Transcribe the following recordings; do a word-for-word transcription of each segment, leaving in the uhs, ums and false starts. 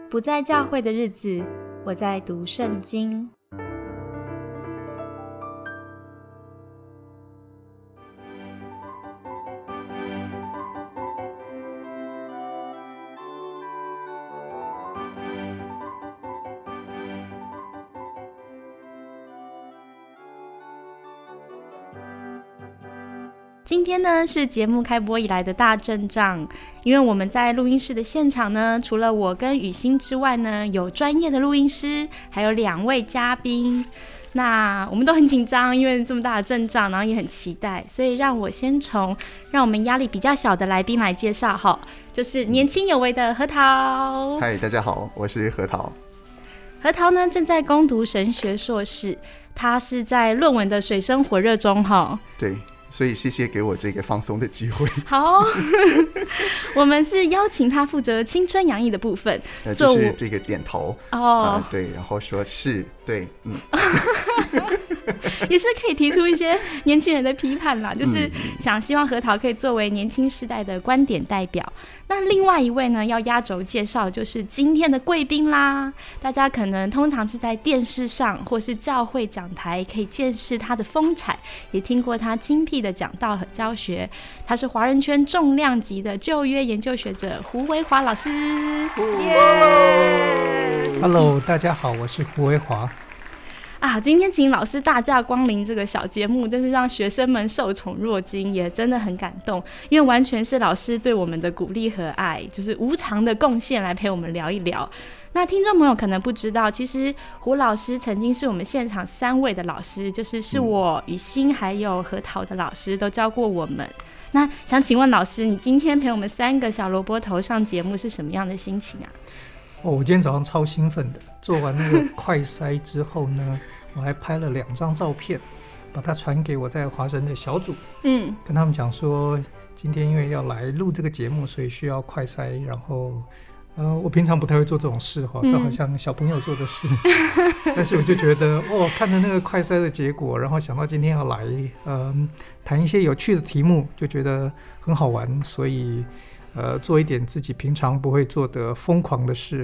不在教会的日子，我在读圣经。今天呢是节目开播以来的大阵仗，因为我们在录音室的现场呢，除了我跟雨欣之外呢，有专业的录音师，还有两位嘉宾。那我们都很紧张，因为这么大的阵仗，然后也很期待，所以让我先从让我们压力比较小的来宾来介绍哈，就是年轻有为的核桃。 嗨，大家好，我是核桃。 核桃呢正在攻读神学硕士，他是在论文的水深火热中哈。 对。所以谢谢给我这个放松的机会。 好，我们是邀请他负责青春洋溢的部分， 呃，就是这个点头哦、 呃，对，然后说是对，嗯， 也是可以提出一些年轻人的批判啦，就是想希望核桃可以作为年轻世代的观点代表。那另外一位呢，要压轴介绍就是今天的贵宾啦。大家可能通常是在电视上或是教会讲台可以见识他的风采，也听过他精辟的讲道和教学。他是华人圈重量级的旧约研究学者胡维华老师。 耶、yeah! Hello， 大家好，我是胡维华。 啊，今天请老师大驾光临这个小节目，真是让学生们受宠若惊，也真的很感动，因为完全是老师对我们的鼓励和爱，就是无偿的贡献来陪我们聊一聊。那听众朋友可能不知道，其实胡老师曾经是我们现场三位的老师，就是是我、雨欣还有核桃的老师都教过我们。那想请问老师，你今天陪我们三个小萝卜头上节目是什么样的心情啊？ 哦，我今天早上超兴奋的，做完那个快筛之后呢，我还拍了两张照片，把它传给我在华神的小组，嗯，跟他们讲说，今天因为要来录这个节目，所以需要快筛，然后，呃，我平常不太会做这种事哈，这好像小朋友做的事，嗯、但是我就觉得，哦，看着那个快筛的结果，然后想到今天要来，嗯，谈一些有趣的题目，就觉得很好玩，所以。呃，做一点自己平常不会做的疯狂的事。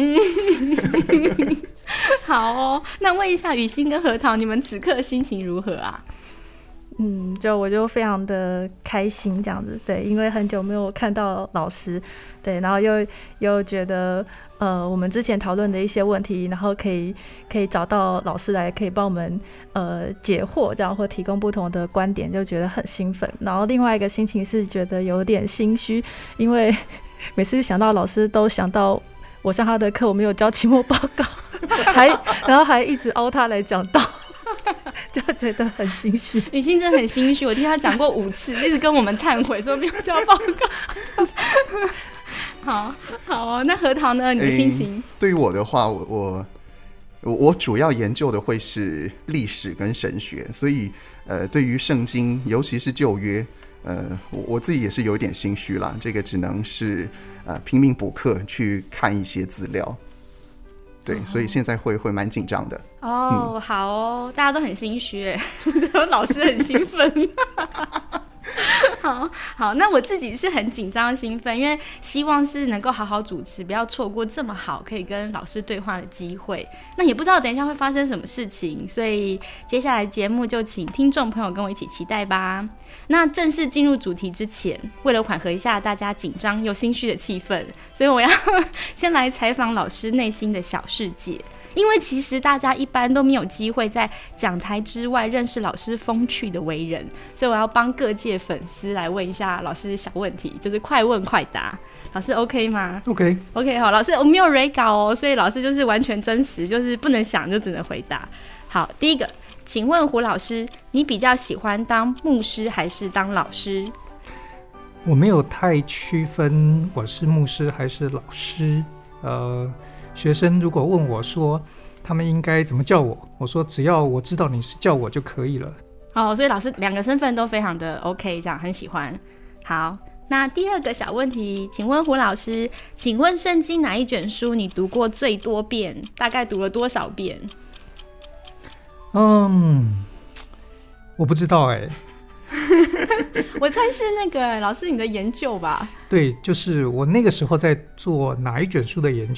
好哦，那问一下雨欣跟核桃，你们此刻心情如何啊？ 嗯，就我就非常的开心这样子，对，因为很久没有看到老师，对，然后又又觉得呃我们之前讨论的一些问题，然后可以可以找到老师来可以帮我们呃解惑这样，或提供不同的观点，就觉得很兴奋。然后另外一个心情是觉得有点心虚，因为每次想到老师都想到我上他的课我没有交期末报告，还然后还一直凹他来讲道。就觉得很心虚， 雨欣真的很心虚，我听他讲过五次，一直跟我们忏悔说不要交报告。好好哦，那核桃呢？你的心情？ 欸、对于我的话，我我我主要研究的会是历史跟神学，所以呃，对于圣经，尤其是旧约，呃，我我自己也是有一点心虚啦。这个只能是呃拼命补课去看一些资料。对，所以现在会会蛮紧张的。 哦、嗯，好哦，大家都很心虚，只有老师很兴奋。好好，那我自己是很紧张兴奋，因为希望是能够好好主持，不要错过这么好可以跟老师对话的机会。那也不知道等一下会发生什么事情，所以接下来节目就请听众朋友跟我一起期待吧。那正式进入主题之前，为了缓和一下大家紧张又心虚的气氛，所以我要先来采访老师内心的小世界。因为其实大家一般都没有机会在讲台之外认识老师风趣的为人，所以我要帮各界粉丝来问一下老师小问题，就是快问快答。老师 OK 吗？ OK OK 好，老师我没有 re 稿哦，所以老师就是完全真实，就是不能想就只能回答。好，第一个，请问胡老师，你比较喜欢当牧师还是当老师？ 我没有太区分我是牧师还是老师，呃。学生如果问我说他们应该怎么叫我，我说只要我知道你是叫我就可以了。 哦，所以老师两个身份都非常的 OK， 这样很喜欢。好，那第二个小问题，请问胡老师，请问圣经哪一卷书你读过最多遍？大概读了多少遍？ 嗯，我不知道哎、欸。 我猜是那个老师你的研究吧？ 对，就是我那个时候在做哪一卷书的研究。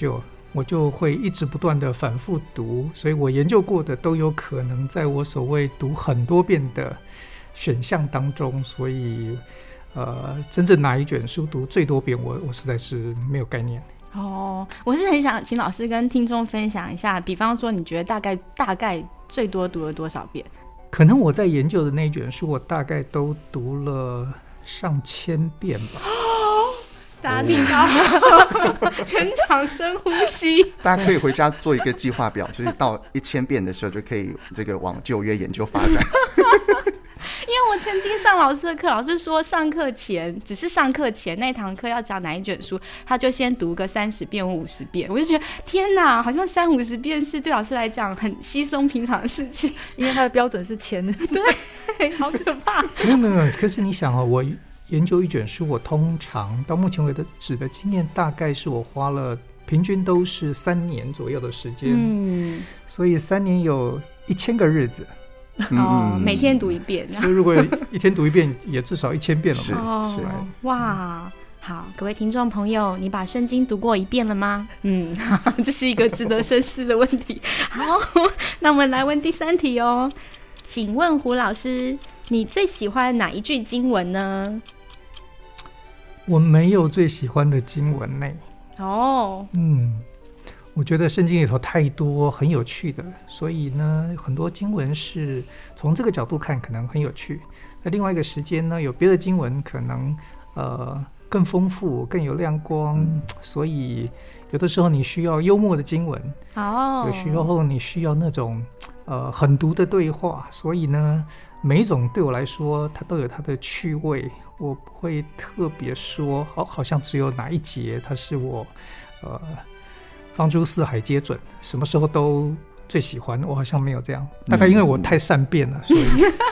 我就会一直不断的反复读，所以我研究过的都有可能在我所谓读很多遍的选项当中，所以呃，真正哪一卷书读最多遍，我我实在是没有概念。 哦，我是很想请老师跟听众分享一下，比方说你觉得大概大概最多读了多少遍？ 可能我在研究的那一卷书，我大概都读了上千遍吧。 大家听到、哦、全场深呼吸。 大家可以回家做一个计划表，就是到一千遍的时候就可以这个往旧约研究发展。 因为我曾经上老师的课，老师说上课前只是上课前那堂课要讲哪一卷书，他就先读个三十遍或五十遍，我就觉得天哪，好像三五十遍是对老师来讲很稀松平常的事情， 因为他的标准是千。 对，好可怕。 没有没有，可是你想哦，我研究一卷书，我通常到目前为止的经验，大概是我花了平均都是三年左右的时间，嗯，所以三年有一千个日子。 哦，每天读一遍， 所以如果一天读一遍，也至少一千遍了嘛。 是是，哇，好，各位听众朋友，你把圣经读过一遍了吗？嗯，这是一个值得深思的问题。好，那我们来问第三题哦。请问胡老师，你最喜欢哪一句经文呢？ 我没有最喜欢的经文呢。 哦， 嗯。我觉得圣经里头太多很有趣的，所以呢，很多经文是从这个角度看可能很有趣。在另外一个时间呢，有别的经文可能呃更丰富、更有亮光，嗯、所以有的时候你需要幽默的经文，哦，有时候你需要那种呃狠毒的对话。所以呢，每一种对我来说，它都有它的趣味。我不会特别说，好，好像只有哪一节它是我呃。放诸四海皆准，什么时候都最喜欢，我好像没有这样，大概因为我太善变了，所以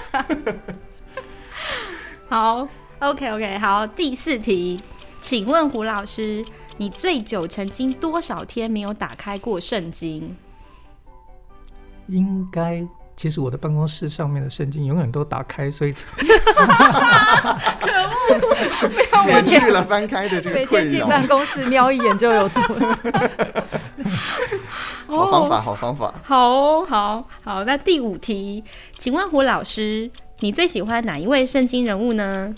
好 OK OK 好，第四题，请问胡老师，你最久曾经多少天没有打开过圣经？ 应该其实我的办公室上面的圣经永远都打开，所以可恶， 免去了翻开的这个困扰。 每天进办公室瞄一眼就有读。 好方法，好方法。 好哦，好好。那第五题，请问胡老师，你最喜欢哪一位圣经人物呢？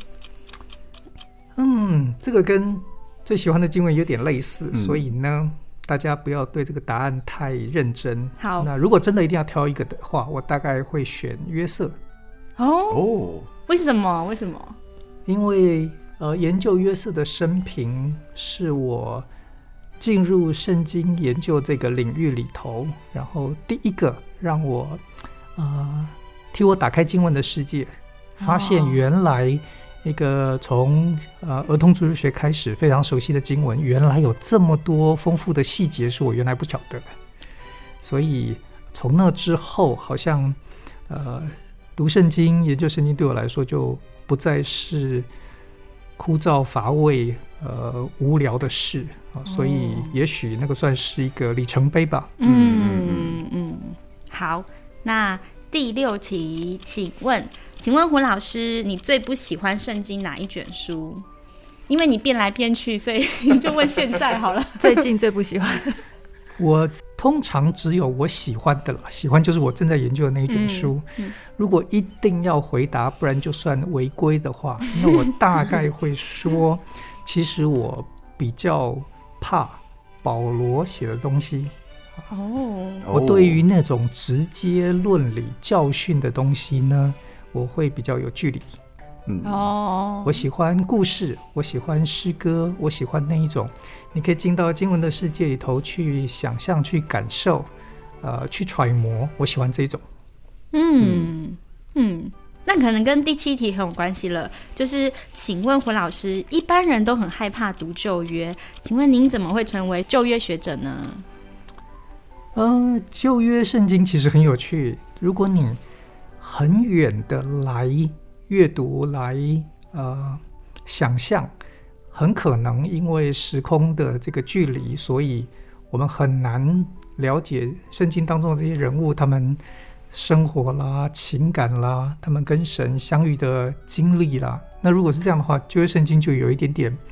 嗯，这个跟最喜欢的经文有点类似，嗯、所以呢，大家不要对这个答案太认真。 好， 那如果真的一定要挑一个的话，我大概会选约瑟。 哦哦，为什么？为什么？ 因为呃，研究约瑟的生平是我进入圣经研究这个领域里头，然后第一个让我呃替我打开经文的世界，发现原来一个从呃儿童主日学开始非常熟悉的经文，原来有这么多丰富的细节是我原来不晓得的。所以从那之后，好像呃读圣经、研究圣经对我来说就不再是枯燥乏味、呃无聊的事啊，所以也许那个算是一个里程碑吧。 嗯嗯嗯，好，那第六题，请问，请问胡老师，你最不喜欢圣经哪一卷书？因为你变来变去，所以就问现在好了。 最近最不喜欢， 我通常只有我喜欢的了，喜欢就是我正在研究的那一卷书。嗯嗯、如果一定要回答，不然就算违规的话，那我大概会说，其实我比较怕保罗写的东西。哦，我对于那种直接论理教训的东西呢，我会比较有距离。嗯，哦，我喜欢故事，我喜欢诗歌，我喜欢那一种你可以进到经文的世界里头去想象、去感受、呃，去揣摩，我喜欢这种。 嗯嗯，那可能跟第七题很有关系了，就是请问胡老师，一般人都很害怕读旧约，请问您怎么会成为旧约学者呢？ 呃，旧约圣经其实很有趣，如果你很远的来阅读来呃想象，很可能因为时空的这个距离，所以我们很难了解圣经当中的这些人物他们生活啦、情感啦，他们跟神相遇的经历啦。那如果是这样的话，旧约圣经就有一点点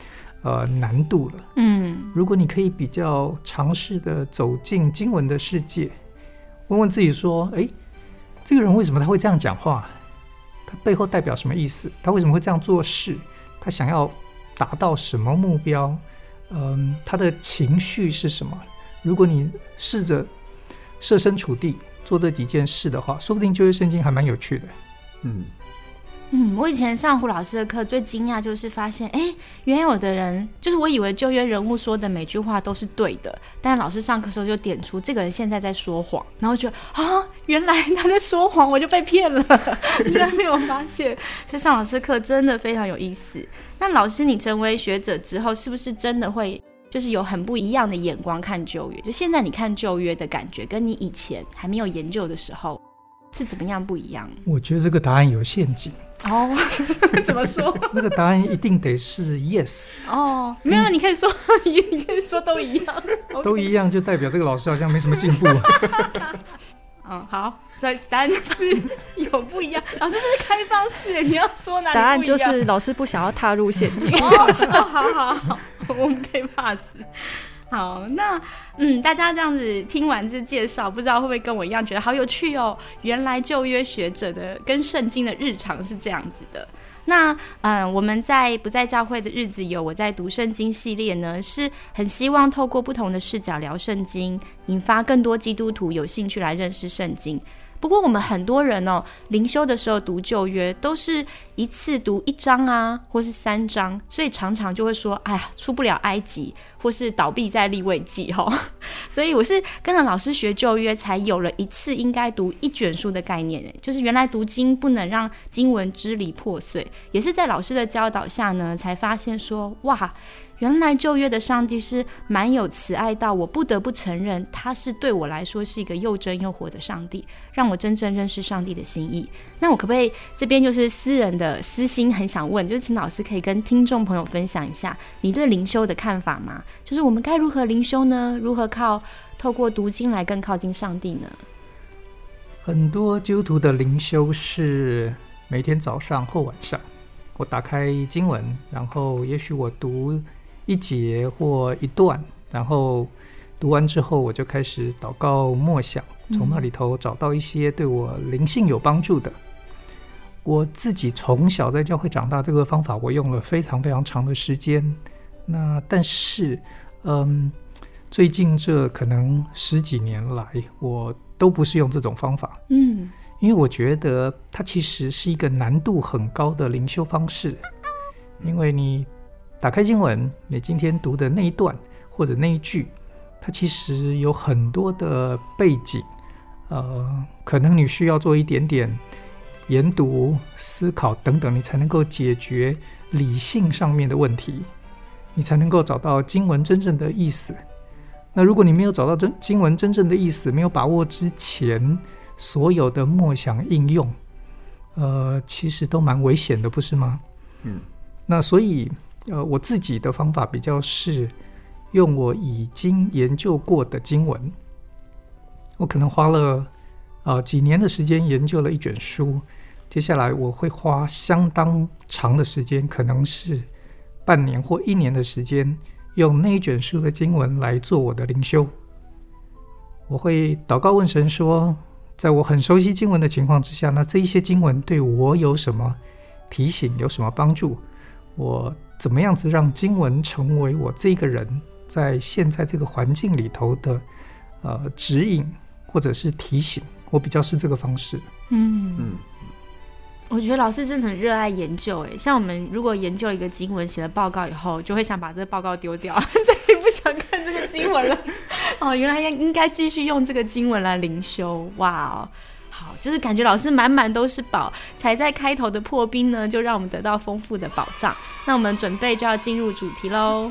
呃难度了。嗯，如果你可以比较尝试的走进经文的世界，问问自己说，哎，这个人为什么他会这样讲话？他背后代表什么意思？他为什么会这样做事？他想要达到什么目标？嗯，他的情绪是什么？如果你试着设身处地做这几件事的话，说不定旧约圣经还蛮有趣的。嗯嗯，我以前上胡老师的课，最惊讶就是发现，哎，原来有的人就是我以为旧约人物说的每句话都是对的，但老师上课的时候就点出这个人现在在说谎，然后觉得啊，原来他在说谎，我就被骗了，居然没有发现。所以上老师课真的非常有意思。那老师，你成为学者之后，是不是真的会就是有很不一样的眼光看旧约？就现在你看旧约的感觉，跟你以前还没有研究的时候是怎么样不一样？ 我觉得这个答案有陷阱。 哦，怎么说？ 那个答案一定得是 yes。 哦，没有，你可以说，你可以说都一样， 都一样就代表这个老师好像没什么进步。 嗯，好，所以答案就是有不一样。老师这是开放式，你要说哪里不一样？ 答案就是老师不想要踏入陷阱。 哦，好好好，我们可以 pass。好，那嗯，大家这样子听完这介绍，不知道会不会跟我一样觉得好有趣哦？原来旧约学者的跟圣经的日常是这样子的。那嗯，我们在不在教会的日子有我在读圣经系列呢，是很希望透过不同的视角聊圣经，引发更多基督徒有兴趣来认识圣经。不过我们很多人哦，灵修的时候读旧约都是一次读一章啊，或是三章，所以常常就会说，哎呀，出不了埃及，或是倒闭在利未记哦。所以我是跟着老师学旧约，才有了一次应该读一卷书的概念，就是原来读经不能让经文支离破碎，也是在老师的教导下呢，才发现说，哇，原来旧约的上帝是蛮有慈爱到我不得不承认他是对我来说是一个又真又活的上帝，让我真正认识上帝的心意。那我可不可以这边就是私人的私心很想问，就是请老师可以跟听众朋友分享一下你对灵修的看法吗？就是我们该如何灵修呢？如何靠透过读经来更靠近上帝呢？ 很多基督徒的灵修是每天早上或晚上我打开经文，然后也许我读一节或一段，然后读完之后我就开始祷告默想，从那里头找到一些对我灵性有帮助的。我自己从小在教会长大，这个方法我用了非常非常长的时间。那但是嗯，最近这可能十几年来我都不是用这种方法。嗯，因为我觉得它其实是一个难度很高的灵修方式。因为你打开经文，你今天读的那一段或者那一句，它其实有很多的背景，呃，可能你需要做一点点研读、思考等等，你才能够解决理性上面的问题，你才能够找到经文真正的意思。那如果你没有找到真经文真正的意思，没有把握之前所有的默想应用，呃，其实都蛮危险的，不是吗？嗯，那所以呃，我自己的方法比较是用我已经研究过的经文，我可能花了呃几年的时间研究了一卷书，接下来我会花相当长的时间，可能是半年或一年的时间，用那一卷书的经文来做我的灵修。我会祷告问神说，在我很熟悉经文的情况之下，那这一些经文对我有什么提醒，有什么帮助？我怎么样子让经文成为我这个人在现在这个环境里头的呃指引或者是提醒？我比较是这个方式。嗯嗯， 我觉得老师真的很热爱研究耶，像我们如果研究一个经文写了报告以后，就会想把这个报告丢掉，再也不想看这个经文了。哦，原来应该继续用这个经文来灵修。哇哦，好，就是感觉老师满满都是宝，才在开头的破冰呢，就让我们得到丰富的宝藏。那我们准备就要进入主题咯。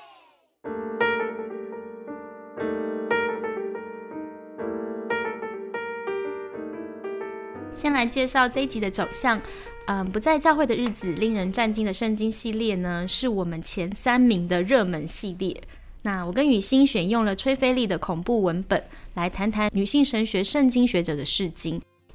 先来介绍这一集的走向。嗯，不在教会的日子，令人战惊的圣经系列呢，是我们前三名的热门系列。那我跟雨欣选用了崔菲利的恐怖文本来谈谈女性神学圣经学者的释经，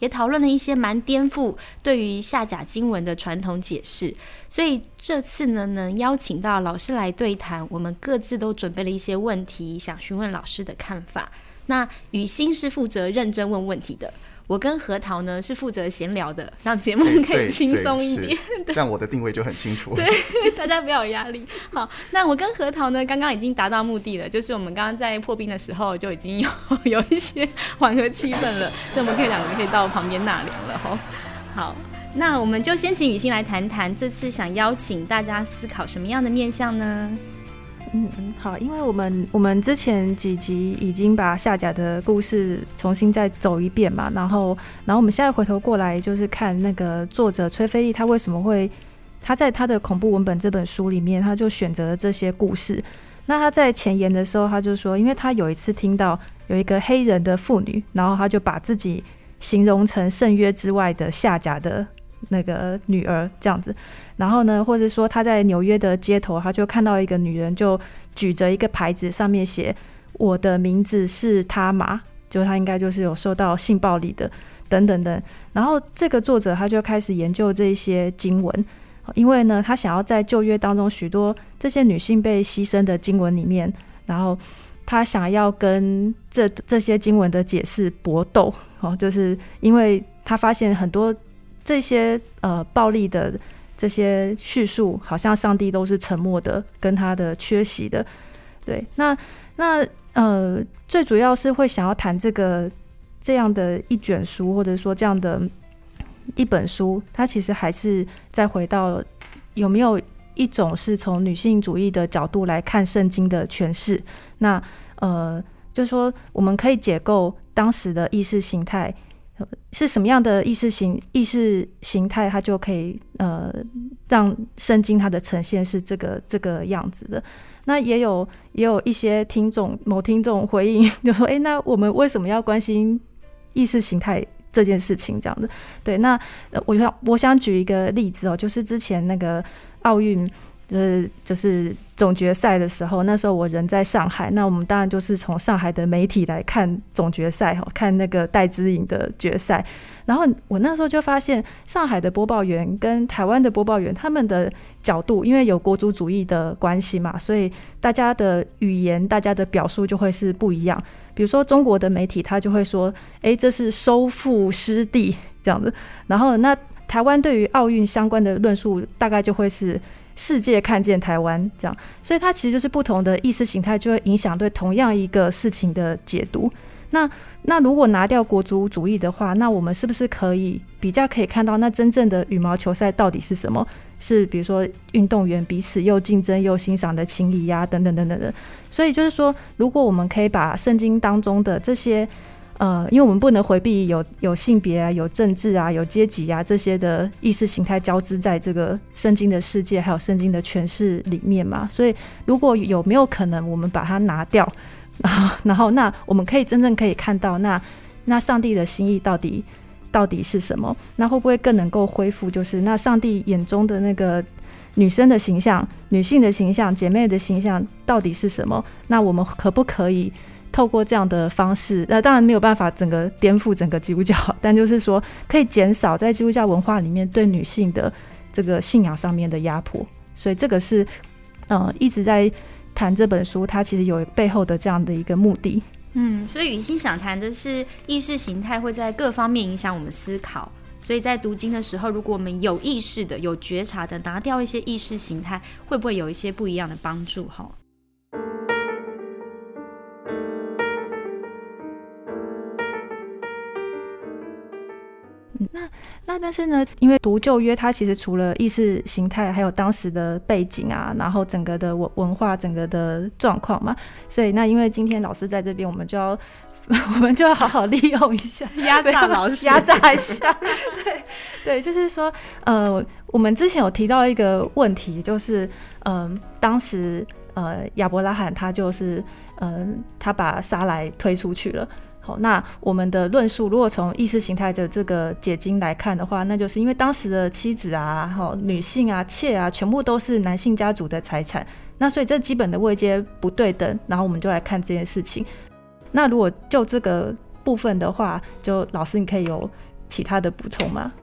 也讨论了一些蛮颠覆对于下甲经文的传统解释。所以这次呢，能邀请到老师来对谈，我们各自都准备了一些问题，想询问老师的看法。那雨欣是负责认真问问题的，我跟核桃呢是负责闲聊的，让节目可以轻松一点。 这样我的定位就很清楚。 对，大家不要有压力。好，那我跟核桃呢，刚刚已经达到目的了，就是我们刚刚在破冰的时候就已经有有一些缓和气氛了，所以我们可以两个人可以到旁边纳凉了吼。好，那我们就先请雨欣来谈谈，这次想邀请大家思考什么样的面向呢？ 嗯嗯，好，因为我们我们之前几集已经把下甲的故事重新再走一遍嘛，然后然后我们现在回头过来就是看那个作者崔菲利他为什么会他在他的恐怖文本这本书里面他就选择了这些故事。那他在前言的时候他就说，因为他有一次听到有一个黑人的妇女，然后他就把自己形容成圣约之外的下甲的那个女儿这样子，然后呢，或者说他在纽约的街头，他就看到一个女人就举着一个牌子，上面写我的名字是他玛，就他应该就是有受到性暴力的等等等。然后这个作者他就开始研究这些经文，因为呢他想要在旧约当中许多这些女性被牺牲的经文里面，然后他想要跟这这些经文的解释搏斗，就是因为他发现很多这些呃暴力的这些叙述，好像上帝都是沉默的，跟他的缺席的。对，那那呃，最主要是会想要谈这个这样的一卷书，或者说这样的一本书，它其实还是再回到有没有一种是从女性主义的角度来看圣经的诠释。那呃，就是说我们可以解构当时的意识形态。是什么样的意识形意识形态，它就可以呃让圣经它的呈现是这个这个样子的。那也有也有一些听众某听众回应就说，哎、欸，那我们为什么要关心意识形态这件事情？这样子，对，那我想我想举一个例子哦，就是之前那个奥运。呃，就是总决赛的时候，那时候我人在上海，那我们当然就是从上海的媒体来看总决赛，看那个戴资颖的决赛。然后我那时候就发现，上海的播报员跟台湾的播报员，他们的角度，因为有国族主义的关系嘛，所以大家的语言、大家的表述就会是不一样。比如说中国的媒体，他就会说，哎，这是收复失地这样子。然后那台湾对于奥运相关的论述，大概就会是世界看见台湾这样，所以它其实就是不同的意识形态就会影响对同样一个事情的解读。那那如果拿掉国族主义的话，那我们是不是可以比较可以看到，那真正的羽毛球赛到底是什么？是比如说运动员彼此又竞争又欣赏的情谊呀，等等等等的。所以就是说，如果我们可以把圣经当中的这些呃，因为我们不能回避有有性别啊、有政治啊、有阶级啊这些的意识形态交织在这个圣经的世界还有圣经的诠释里面嘛，所以如果有没有可能我们把它拿掉，然后然后那我们可以真正可以看到那那上帝的心意到底到底是什么？那会不会更能够恢复就是那上帝眼中的那个女生的形象、女性的形象、姐妹的形象到底是什么？那我们可不可以透过这样的方式，那当然没有办法整个颠覆整个基督教，但就是说可以减少在基督教文化里面对女性的这个信仰上面的压迫。所以这个是呃一直在谈这本书，它其实有背后的这样的一个目的。 嗯，所以雨欣想谈的是意识形态会在各方面影响我们思考。所以在读经的时候，如果我们有意识的、有觉察的拿掉一些意识形态，会不会有一些不一样的帮助？哈。 那那但是呢，因为读旧约，它其实除了意识形态，还有当时的背景啊，然后整个的文化、整个的状况嘛，所以那因为今天老师在这边，我们就要我们就要好好利用一下， 压榨老师， 压榨一下。对对，就是说，呃，我们之前有提到一个问题，就是嗯、呃，当时呃亚伯拉罕他就是嗯、呃，他把撒莱推出去了。好，那我们的论述如果从意识形态的这个解经来看的话，那就是因为当时的妻子啊、女性啊、妾啊，全部都是男性家族的财产，那所以这基本的位阶不对等，然后我们就来看这件事情。那如果就这个部分的话，就老师你可以有其他的补充吗？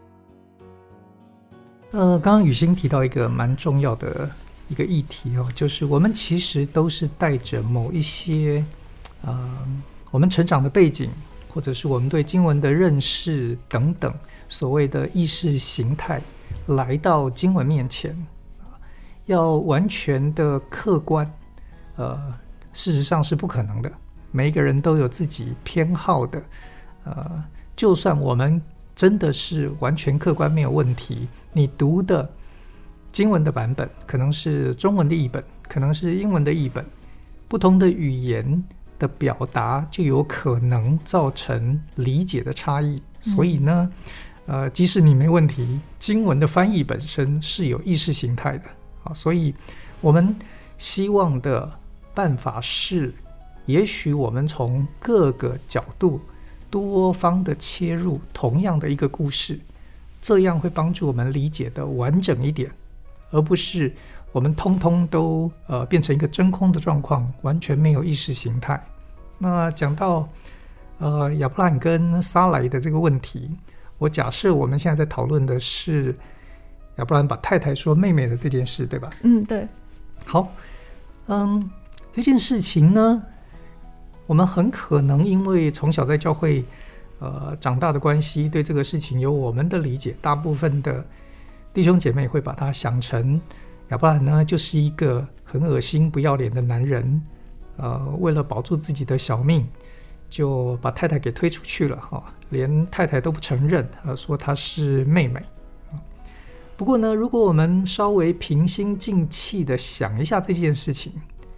呃，刚刚雨欣提到一个蛮重要的一个议题哦，就是我们其实都是带着某一些呃我们成长的背景，或者是我们对经文的认识等等所谓的意识形态来到经文面前，要完全的客观，呃，事实上是不可能的。每一个人都有自己偏好的，呃，就算我们真的是完全客观没有问题，你读的经文的版本可能是中文的译本，可能是英文的译本，不同的语言的表达就有可能造成理解的差异。所以呢，呃，即使你没问题，经文的翻译本身是有意识形态的啊，所以我们希望的办法是，也许我们从各个角度多方的切入同样的一个故事，这样会帮助我们理解的完整一点，而不是我们通通都呃变成一个真空的状况，完全没有意识形态。那讲到呃亚伯兰跟撒莱的这个问题，我假设我们现在在讨论的是亚伯兰把太太说妹妹的这件事，对吧？ 嗯，对。 好，嗯，这件事情呢，我们很可能因为从小在教会呃长大的关系，对这个事情有我们的理解，大部分的弟兄姐妹会把它想成亚伯兰呢就是一个很恶心不要脸的男人，呃，为了保住自己的小命，就把太太给推出去了哈、哦，连太太都不承认，呃，说她是妹妹。不过呢，如果我们稍微平心静气的想一下这件事情，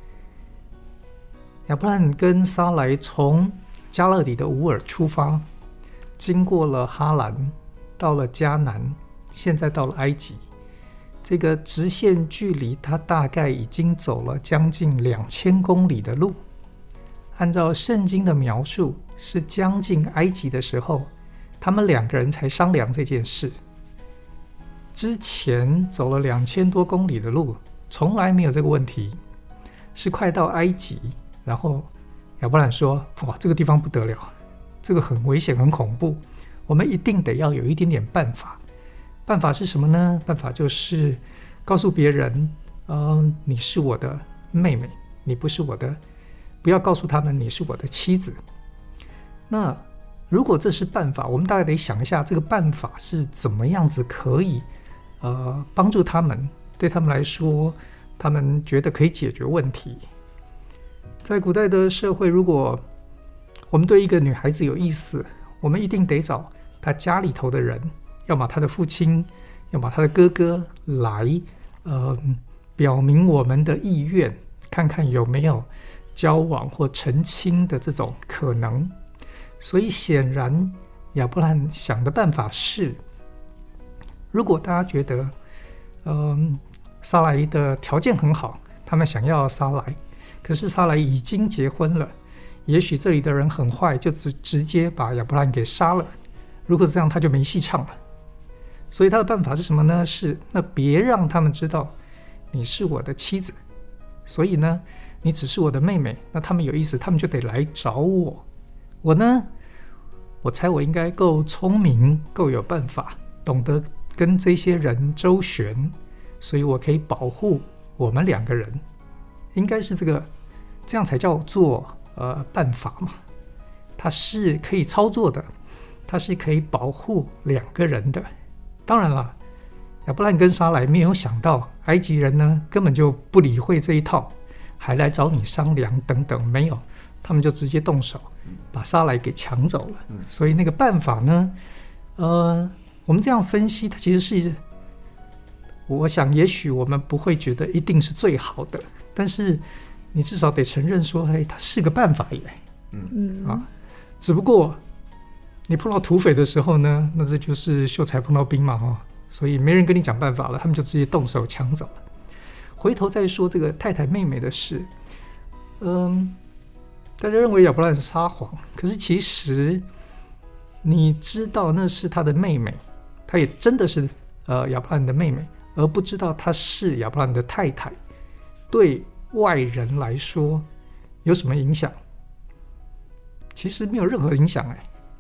亚伯兰跟撒莱从加勒底的乌尔出发，经过了哈兰，到了迦南，现在到了埃及，这个直线距离他大概已经走了将近两千公里的路。按照圣经的描述，是将近埃及的时候，他们两个人才商量这件事。之前走了两千多公里的路，从来没有这个问题，是快到埃及，然后亚伯兰说：“哇，这个地方不得了，这个很危险，很恐怖，我们一定得要有一点点办法。办法是什么呢？办法就是告诉别人，呃，你是我的妹妹，你不是我的，不要告诉他们你是我的妻子。那如果这是办法，我们大概得想一下，这个办法是怎么样子可以，呃，帮助他们，对他们来说，他们觉得可以解决问题。在古代的社会，如果我们对一个女孩子有意思，我们一定得找她家里头的人，要么她的父亲，要么她的哥哥来，呃，表明我们的意愿，看看有没有交往或成亲的这种可能。所以显然亚伯兰想的办法是，如果大家觉得嗯，撒莱的条件很好，他们想要撒莱，可是撒莱已经结婚了，也许这里的人很坏，就 直, 直接把亚伯兰给杀了，如果这样他就没戏唱了。所以他的办法是什么呢？是那别让他们知道你是我的妻子，所以呢你只是我的妹妹，那他们有意思，他们就得来找我。我呢，我猜我应该够聪明，够有办法，懂得跟这些人周旋，所以我可以保护我们两个人，应该是这个，这样才叫做呃办法嘛。它是可以操作的，它是可以保护两个人的。当然了，亚伯兰跟撒莱没有想到，埃及人呢根本就不理会这一套，还来找你商量等等，没有。他们就直接动手把撒莱给抢走了。所以那个办法呢，呃，我们这样分析，它其实是，我想也许我们不会觉得一定是最好的，但是你至少得承认说，嘿，它是个办法耶。嗯啊，只不过你碰到土匪的时候呢，那这就是秀才碰到兵嘛，哈，所以没人跟你讲办法了，他们就直接动手抢走了。回头再说这个太太妹妹的事，嗯。大家认为亚伯兰撒谎，可是其实你知道那是他的妹妹，她也真的是呃亚伯兰的妹妹，而不知道她是亚伯兰的太太，对外人来说有什么影响？其实没有任何影响哎，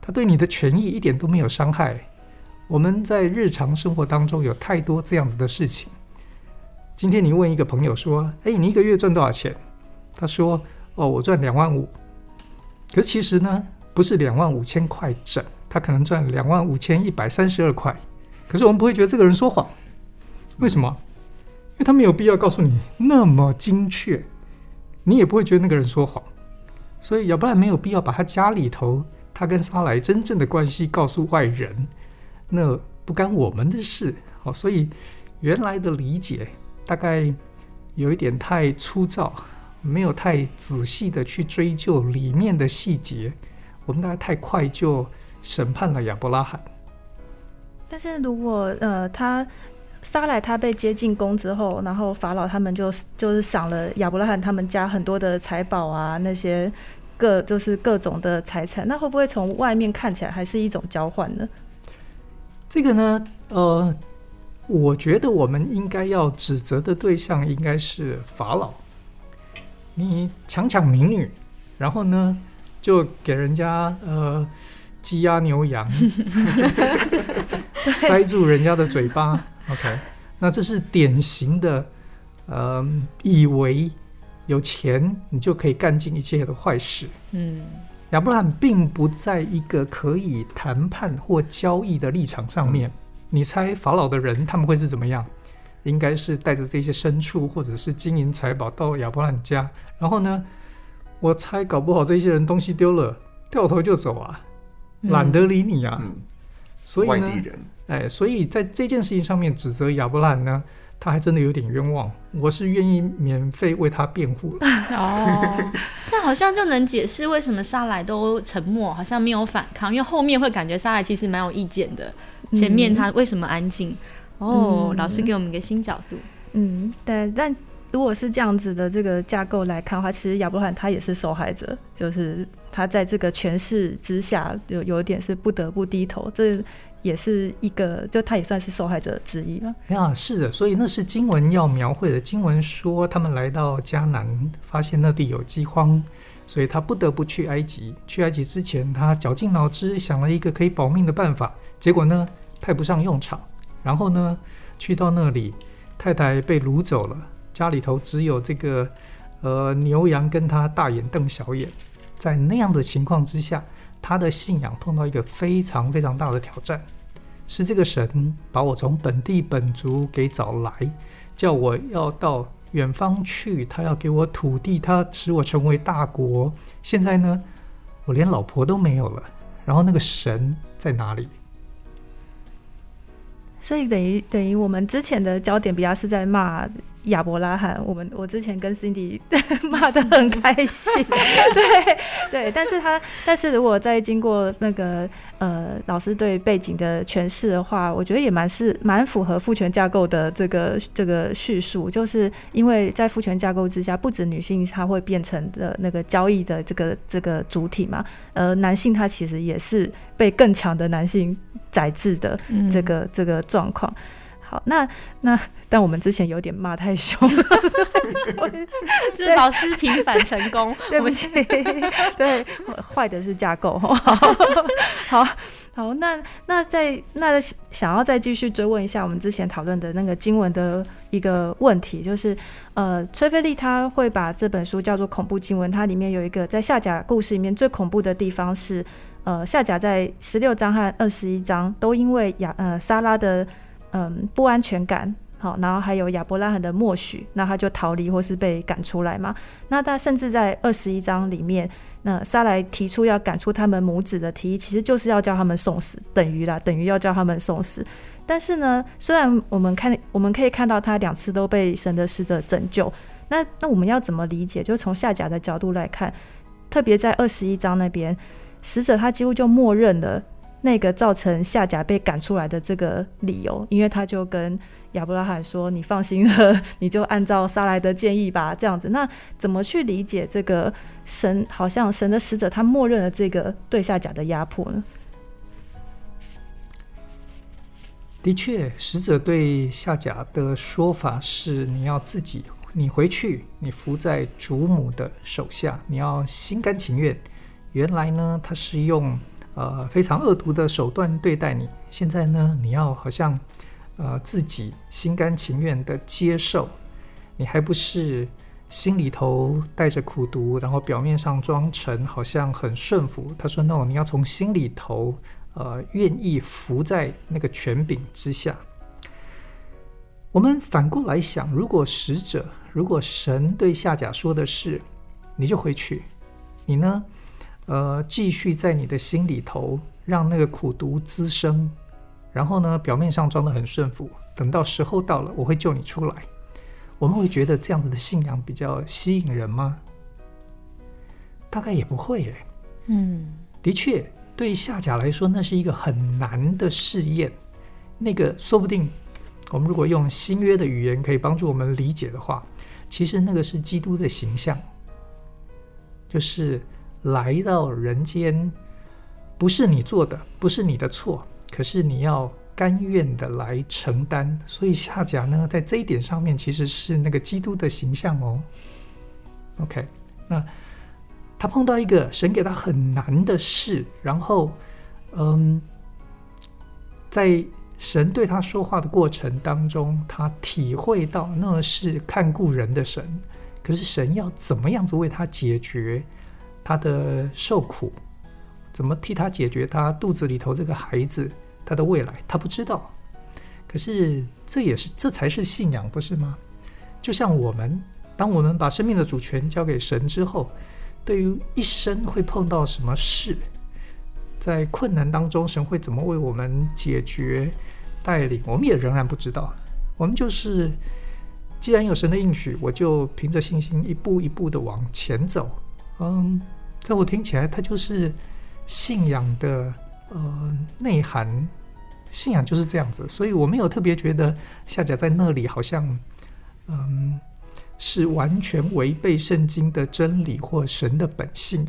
他对你的权益一点都没有伤害。我们在日常生活当中有太多这样子的事情。今天你问一个朋友说，哎，你一个月赚多少钱？他说，哦，我赚两万五。可是其实呢，不是两万五千块整，他可能赚两万五千一百三十二块。可是我们不会觉得这个人说谎，为什么？因为他没有必要告诉你那么精确，你也不会觉得那个人说谎。所以亚伯兰没有必要把他家里头他跟撒莱真正的关系告诉外人，那不干我们的事。好，所以原来的理解大概有一点太粗糙，没有太仔细的去追究里面的细节，我们大概太快就审判了亚伯拉罕。 但是如果呃他撒莱他被接进宫之后，然后法老他们就就是赏了亚伯拉罕他们家很多的财宝啊，那些各就是各种的财产，那会不会从外面看起来还是一种交换呢？ 这个呢，呃，我觉得我们应该要指责的对象应该是法老。你强抢民女，然后呢，就给人家呃鸡鸭牛羊塞住人家的嘴巴。OK， 那这是典型的，呃，以为有钱你就可以干尽一切的坏事。嗯，亚伯拉罕并不在一个可以谈判或交易的立场上面。你猜法老的人他们会是怎么样？应该是带着这些牲畜或者是金银财宝到亚伯拉罕家，然后呢，我猜搞不好这些人东西丢了，掉头就走啊，懒得理你啊。嗯，所以呢，外地人。哎，所以在这件事情上面指责亚伯拉罕呢，他还真的有点冤枉。我是愿意免费为他辩护了。 哦，这样好像就能解释为什么撒莱都沉默，好像没有反抗，因为后面会感觉撒莱其实蛮有意见的。前面他为什么安静？嗯、哦、嗯，老师给我们一个新角度。 嗯，对，但如果是这样子的这个架构来看的话，其实亚伯拉罕他也是受害者，就是他在这个权势之下，就有点是不得不低头。这也是一个，就他也算是受害者之一了。 呀，是的，所以那是经文要描绘的。经文说他们来到迦南，发现那地有饥荒，所以他不得不去埃及。去埃及之前，他绞尽脑汁想了一个可以保命的办法，结果呢，派不上用场。然后呢，去到那里，太太被掳走了，家里头只有这个呃牛羊跟他大眼瞪小眼。在那样的情况之下，他的信仰碰到一个非常非常大的挑战，是这个神把我从本地本族给找来，叫我要到远方去，他要给我土地，他使我成为大国。现在呢，我连老婆都没有了，然后那个神在哪里？ 所以等于等于我们之前的焦点比较是在骂亚伯拉罕，我们我之前跟 Cindy 骂得很开心，对对，但是他但是如果再经过那个呃老师对背景的诠释的话，我觉得也蛮是蛮符合父权架构的这个这个叙述，就是因为在父权架构之下，不止女性她会变成的那个交易的这个这个主体嘛，呃，男性他其实也是被更强的男性宰制的这个、嗯、这个状况。好，那那但我们之前有点骂太凶了， 是老师平反成功， 对不起，对，坏的是架构。好，好，好，那那再那想要再继续追问一下我们之前讨论的那个经文的一个问题，就是呃，崔菲利他会把这本书叫做恐怖经文，它里面有一个在夏甲故事里面最恐怖的地方是，呃，夏甲在十六章和二十一章都因为亚呃撒拉的嗯，不安全感，好，然后还有亚伯拉罕的默许，那他就逃离或是被赶出来嘛。那他甚至在二十一章里面，那撒莱提出要赶出他们母子的提议，其实就是要叫他们送死，等于啦，等于要叫他们送死。但是呢，虽然我们看我们可以看到他两次都被神的使者拯救，那那我们要怎么理解？就从夏甲的角度来看，特别在二十一章那边，使者他几乎就默认了那个造成夏甲被赶出来的这个理由，因为他就跟亚伯拉罕说：“你放心了，你就按照撒莱的建议吧。”这样子，那怎么去理解这个神好像神的使者他默认了这个对夏甲的压迫呢？ 的确，使者对夏甲的说法是：你要自己，你回去，你服在主母的手下，你要心甘情愿。原来呢，他是用呃非常恶毒的手段对待你，现在呢你要好像呃自己心甘情愿的接受，你还不是心里头带着苦毒，然后表面上装成好像很顺服。他说 no， 你要从心里头呃愿意服在那个权柄之下。我们反过来想，如果使者，如果神对夏甲说的是你就回去，你呢呃继续在你的心里头让那个苦毒滋生，然后呢表面上装得很顺服，等到时候到了我会救你出来，我们会觉得这样子的信仰比较吸引人吗？大概也不会耶。嗯，的确对夏甲来说那是一个很难的试验，那个说不定我们如果用新约的语言可以帮助我们理解的话，其实那个是基督的形象，就是来到人间，不是你做的，不是你的错，可是你要甘愿的来承担。所以夏甲呢在这一点上面其实是那个基督的形象哦。 OK， 那他碰到一个神给他很难的事，然后嗯，在神对他说话的过程当中，他体会到那是看顾人的神，可是神要怎么样子为他解决他的受苦，怎么替他解决他肚子里头这个孩子他的未来，他不知道。可是这也是这才是信仰，不是吗？就像我们当我们把生命的主权交给神之后，对于一生会碰到什么事，在困难当中神会怎么为我们解决带领，我们也仍然不知道。我们就是既然有神的应许，我就凭着信心一步一步的往前走。嗯，在我听起来它就是信仰的呃内涵，信仰就是这样子。所以我没有特别觉得夏甲在那里好像嗯是完全违背圣经的真理或神的本性。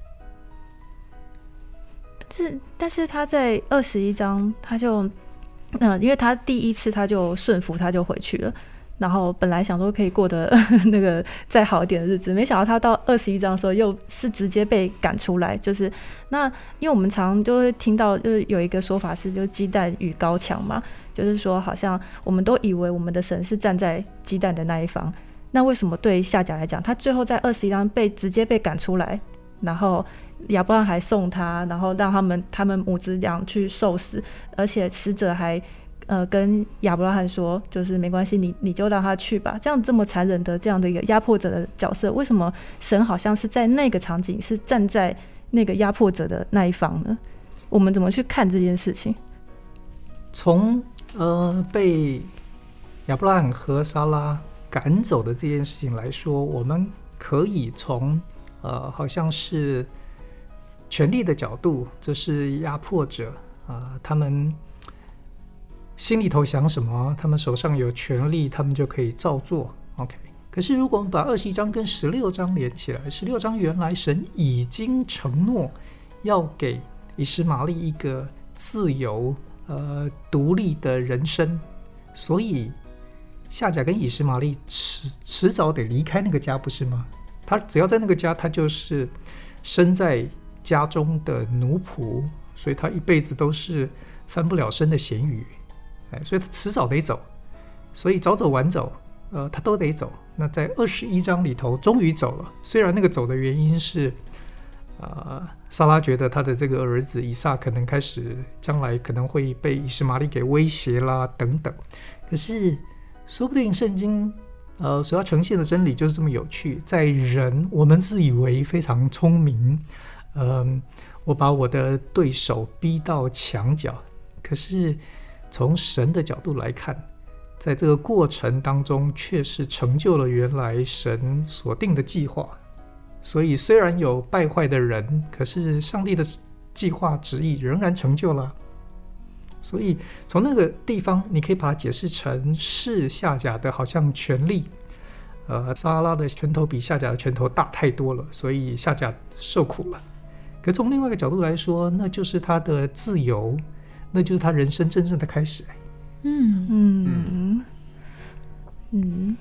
是，但是他在二十一章他就嗯、呃，因为他第一次他就顺服，他就回去了，然后本来想说可以过得那个再好一点的日子，没想到他到二十一章的时候又是直接被赶出来。就是那因为我们常就会听到就是有一个说法是就是鸡蛋与高墙嘛，就是说好像我们都以为我们的神是站在鸡蛋的那一方，那为什么对夏甲来讲他最后在二十一章被直接被赶出来，然后亚伯拉罕还送他，然后让他们他们母子俩去受死，而且使者还呃跟亚伯拉罕说，就是没关系，你你就让他去吧。这样这么残忍的这样的一个压迫者的角色，为什么神好像是在那个场景是站在那个压迫者的那一方呢？我们怎么去看这件事情？ 从呃被亚伯拉罕和撒拉赶走的这件事情来说，我们可以从呃好像是权力的角度，这是压迫者啊、呃，他们心里头想什么，他们手上有权力，他们就可以照做。 OK， 可是如果我们把二十一章跟十六章连起来，十六章原来神已经承诺要给以实玛利一个自由呃独立的人生，所以夏甲跟以实玛利迟迟早得离开那个家，不是吗？他只要在那个家，他就是身在家中的奴仆，所以他一辈子都是翻不了身的咸鱼，哎，所以他迟早得走，所以早走晚走，呃，他都得走。那在二十一章里头，终于走了。虽然那个走的原因是，呃，撒拉觉得他的这个儿子以撒可能开始将来可能会被以实玛利给威胁啦等等，可是说不定圣经呃所要呈现的真理就是这么有趣，在人我们自以为非常聪明。嗯，我把我的对手逼到墙角，可是从神的角度来看，在这个过程当中却是成就了原来神所定的计划。所以虽然有败坏的人，可是上帝的计划旨意仍然成就了。所以从那个地方你可以把它解释成是夏甲的好像权力，呃，撒拉的拳头比夏甲的拳头大太多了，所以夏甲受苦了。可从另外一个角度来说，那就是他的自由，那就是他人生真正的开始。 嗯嗯嗯，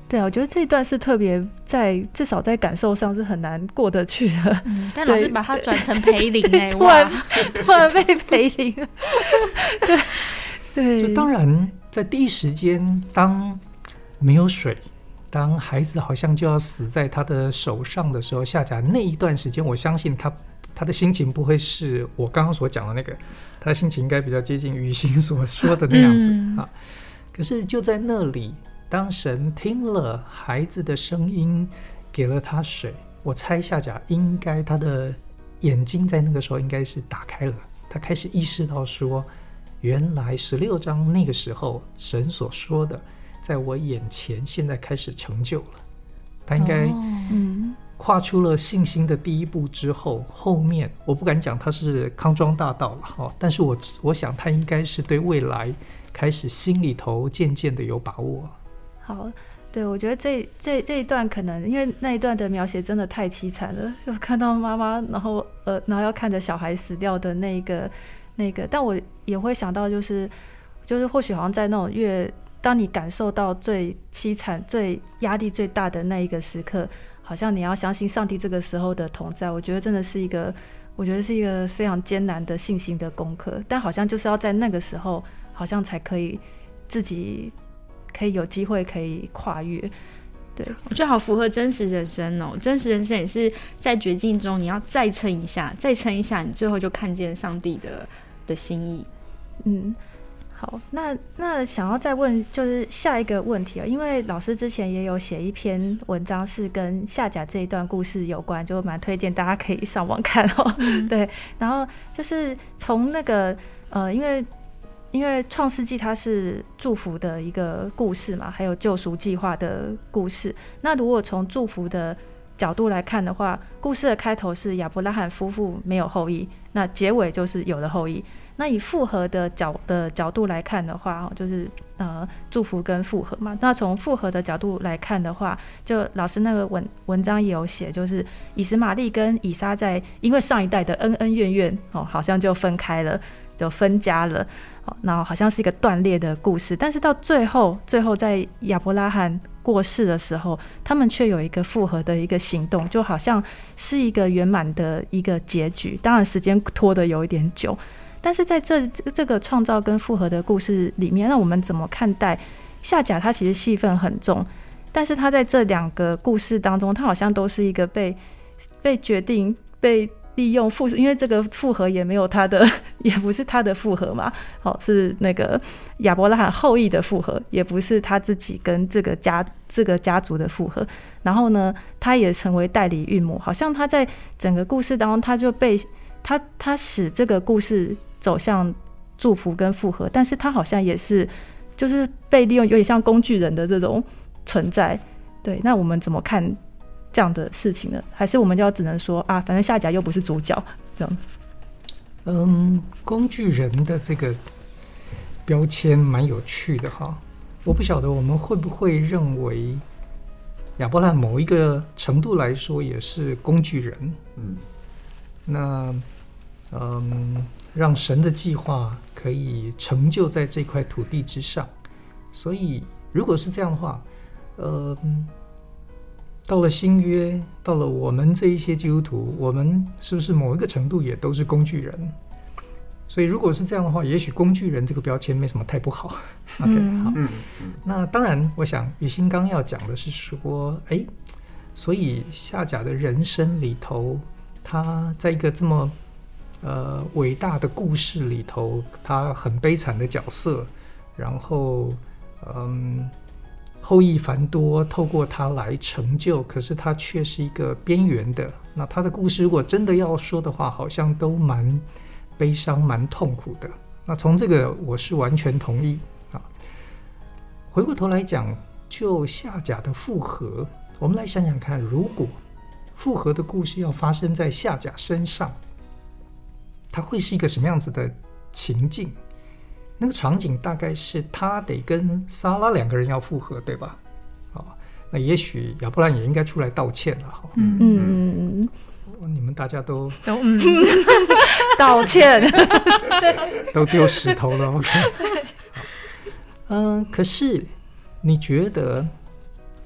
对啊，我觉得这一段是特别在至少在感受上是很难过得去的。 嗯，但老师把它转成培林哎、欸， 突然突然被培林了。对对， 就当然在第一时间，当没有水，当孩子好像就要死在他的手上的时候，夏甲那一段时间，我相信他他的心情不会是我刚刚所讲的那个，他的心情应该比较接近雨欣所说的那样子、嗯、啊。可是就在那里，当神听了孩子的声音，给了他水，我猜夏甲应该他的眼睛在那个时候应该是打开了，他开始意识到说，原来十六章那个时候神所说的在我眼前现在开始成就了。他应该跨出了信心的第一步之后，后面我不敢讲他是康庄大道了、哦、但是我我想他应该是对未来开始心里头渐渐的有把握。 好，对，我觉得这这这一段可能因为那一段的描写真的太凄惨了，就看到妈妈然后呃然后要看着小孩死掉的那个那个，但我也会想到就是就是或许好像在那种越当你感受到最凄惨最压力最大的那一个时刻，好像你要相信上帝这个时候的同在，我觉得真的是一个我觉得是一个非常艰难的信心的功课，但好像就是要在那个时候好像才可以自己可以有机会可以跨越。对， 我觉得好符合真实人生哦。真实人生也是在绝境中，你要再撑一下，再撑一下，你最后就看见上帝的的心意。 嗯，好，那那想要再问就是下一个问题、哦、因为老师之前也有写一篇文章是跟夏甲这一段故事有关，就蛮推荐大家可以上网看哦。嗯、对，然后就是从那个呃，因为。因为创世纪它是祝福的一个故事嘛，还有救赎计划的故事。那如果从祝福的角度来看的话，故事的开头是亚伯拉罕夫妇没有后裔，那结尾就是有了后裔。那以复合的角的角度来看的话，就是呃祝福跟复合嘛。那从复合的角度来看的话，就老师那个文文章也有写，就是以实玛利跟以撒在因为上一代的恩恩怨怨哦，好像就分开了，就分家了。然后好像是一个断裂的故事，但是到最后最后在亚伯拉罕过世的时候，他们却有一个复合的一个行动，就好像是一个圆满的一个结局。当然时间拖得有一点久，但是在这这个创造跟复合的故事里面，那我们怎么看待夏甲？他其实戏份很重，但是他在这两个故事当中，他好像都是一个被被决定被利用复，因为这个复合也没有他的，也不是他的复合嘛，好，是那个亚伯拉罕后裔的复合，也不是他自己跟这个家这个家族的复合。然后呢，他也成为代理孕母，好像他在整个故事当中，他就被他他使这个故事走向祝福跟复合，但是他好像也是就是被利用，有点像工具人的这种存在。对，那我们怎么看这样的事情呢？还是我们就要只能说啊，反正夏甲又不是主角这样？ 嗯，工具人的这个标签蛮有趣的哈。我不晓得我们会不会认为亚伯拉罕某一个程度来说也是工具人。嗯，那嗯，让神的计划可以成就在这块土地之上。所以如果是这样的话，呃。到了新约，到了我们这一些基督徒，我们是不是某一个程度也都是工具人？所以如果是这样的话，也许工具人这个标签没什么太不好。OK， 好。嗯嗯、那当然，我想雨欣刚要讲的是说，哎，所以夏甲的人生里头，他在一个这么呃伟大的故事里头，他很悲惨的角色，然后嗯。后裔繁多，透过他来成就，可是他却是一个边缘的。那他的故事如果真的要说的话，好像都蛮悲伤蛮痛苦的。那从这个我是完全同意啊。回过头来讲，就夏甲的复合，我们来想想看，如果复合的故事要发生在夏甲身上，它会是一个什么样子的情境？那个场景大概是他得跟撒拉两个人要复合，对吧？哦，那也许亚伯兰也应该出来道歉了。嗯嗯嗯，你们大家都都嗯道歉， 都丢石头了。OK， 嗯、呃，可是你觉得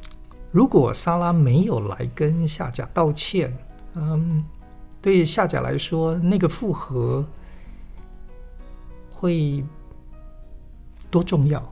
如果撒拉没有来跟夏甲道歉，嗯，对夏甲来说，那个复合会多重要？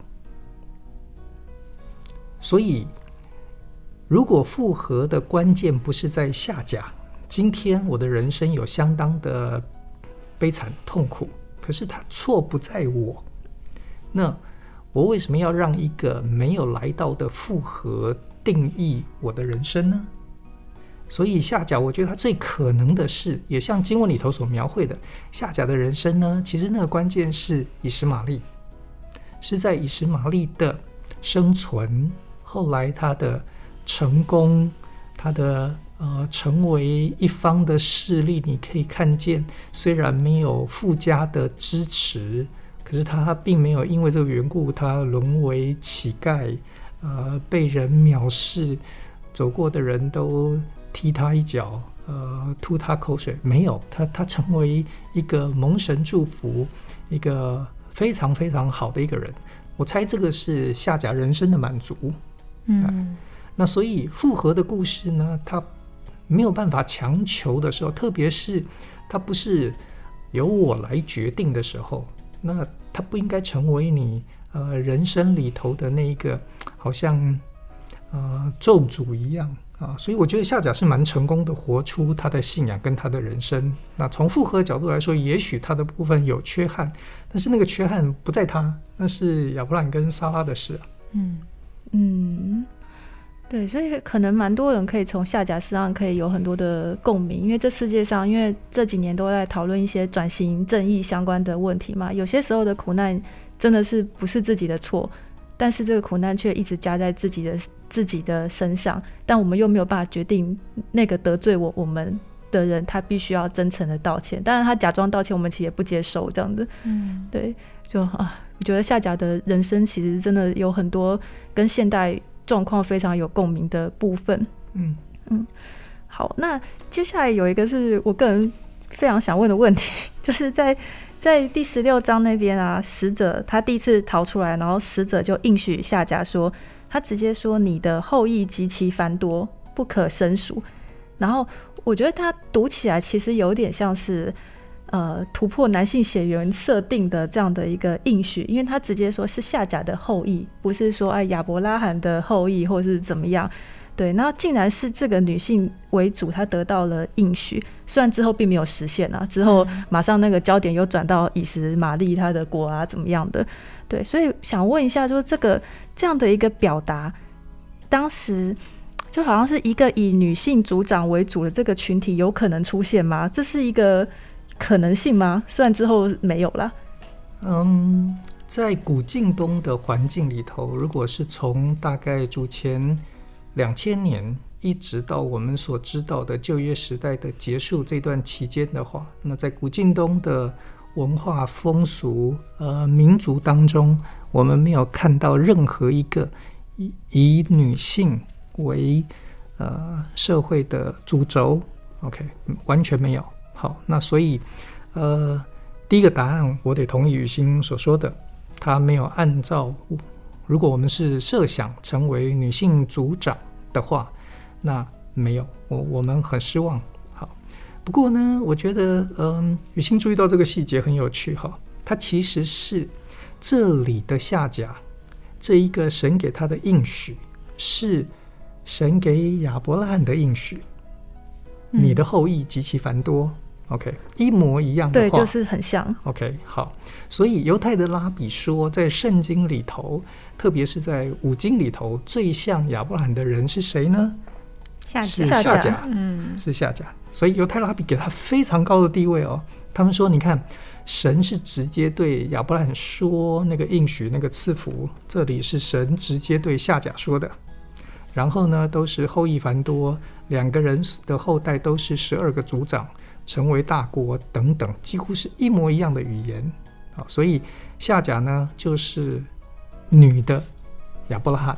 所以，如果复合的关键不是在夏甲，今天我的人生有相当的悲惨痛苦，可是他错不在我，那我为什么要让一个没有来到的复合定义我的人生呢？所以夏甲我觉得他最可能的是，也像经文里头所描绘的，夏甲的人生呢，其实那个关键是以实玛利，是在以实玛利的生存，后来他的成功，他的呃成为一方的势力，你可以看见，虽然没有附加的支持，可是他并没有因为这个缘故，他沦为乞丐，呃，被人藐视，走过的人都踢他一脚，呃，吐他口水，没有，他他成为一个蒙神祝福，一个非常非常好的一个人。我猜这个是夏甲人生的满足。嗯、啊，那所以复合的故事呢，他没有办法强求的时候，特别是他不是由我来决定的时候，那他不应该成为你呃人生里头的那一个好像呃咒诅一样啊。所以我觉得夏甲是蛮成功的活出他的信仰跟他的人生。那从复合的角度来说，也许他的部分有缺憾，但是那个缺憾不在他，那是亚伯兰跟撒拉的事啊。 嗯嗯，对，所以可能蛮多人可以从夏甲身上可以有很多的共鸣，因为这世界上，因为这几年都在讨论一些转型正义相关的问题嘛，有些时候的苦难真的是不是自己的错，但是这个苦难却一直加在自己的自己的身上，但我们又没有办法决定那个得罪我我们的人他必须要真诚的道歉，当然他假装道歉我们其实也不接受这样的。嗯，对，就啊，我觉得夏甲的人生其实真的有很多跟现代状况非常有共鸣的部分。嗯嗯，好，那接下来有一个是我个人非常想问的问题，就是在在第十六章那边啊，使者他第一次逃出来，然后使者就应许夏甲说，他直接说你的后裔极其繁多，不可胜数。然后我觉得他读起来其实有点像是呃突破男性血缘设定的这样的一个应许，因为他直接说是夏甲的后裔，不是说哎亚伯拉罕的后裔或是怎么样。对，那竟然是这个女性为主，她得到了应许，虽然之后并没有实现啊，之后马上那个焦点又转到以实玛利她的国啊怎么样的。对，所以想问一下，就是这个这样的一个表达，当时就好像是一个以女性族长为主的这个群体有可能出现吗？这是一个可能性吗？虽然之后没有啦。 嗯，在古晋东的环境里头，如果是从大概主前两千年一直到我们所知道的旧约时代的结束这段期间的话，那在古晋东的文化风俗呃民族当中，我们没有看到任何一个以, 以女性为呃社会的主轴 ，OK， 完全没有。好，那所以呃第一个答案我得同意雨欣所说的，他没有按照，如果我们是设想成为女性族长的话，那没有，我我们很失望。好，不过呢，我觉得嗯，雨欣注意到这个细节很有趣哈，它其实是这里的夏甲这一个神给他的应许，是神给亚伯拉罕的应许，嗯、你的后裔极其繁多。OK， 一模一样的话， 对，就是很像。 OK， 好，所以犹太的拉比说，在圣经里头，特别是在五经里头，最像亚伯拉罕的人是谁呢？ 夏甲， 是夏甲，嗯，是夏甲。所以犹太拉比给他非常高的地位哦。他们说，你看，神是直接对亚伯拉罕说那个应许、那个赐福，这里是神直接对夏甲说的。然后呢，都是后裔繁多，两个人的后代都是十二个族长。成为大国等等，几乎是一模一样的语言。好，所以夏甲呢就是女的亚伯拉罕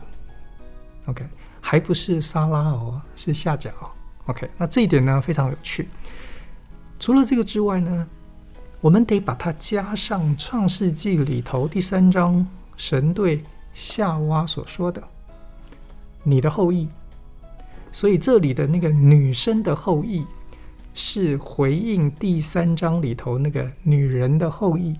OK， 还不是撒拉哦，是夏甲哦 OK， 那这一点呢非常有趣。除了这个之外呢，我们得把它加上创世纪里头第三章神对夏娃所说的，你的后裔所以这里的那个女生的后裔是回应第三章里头那个女人的后裔。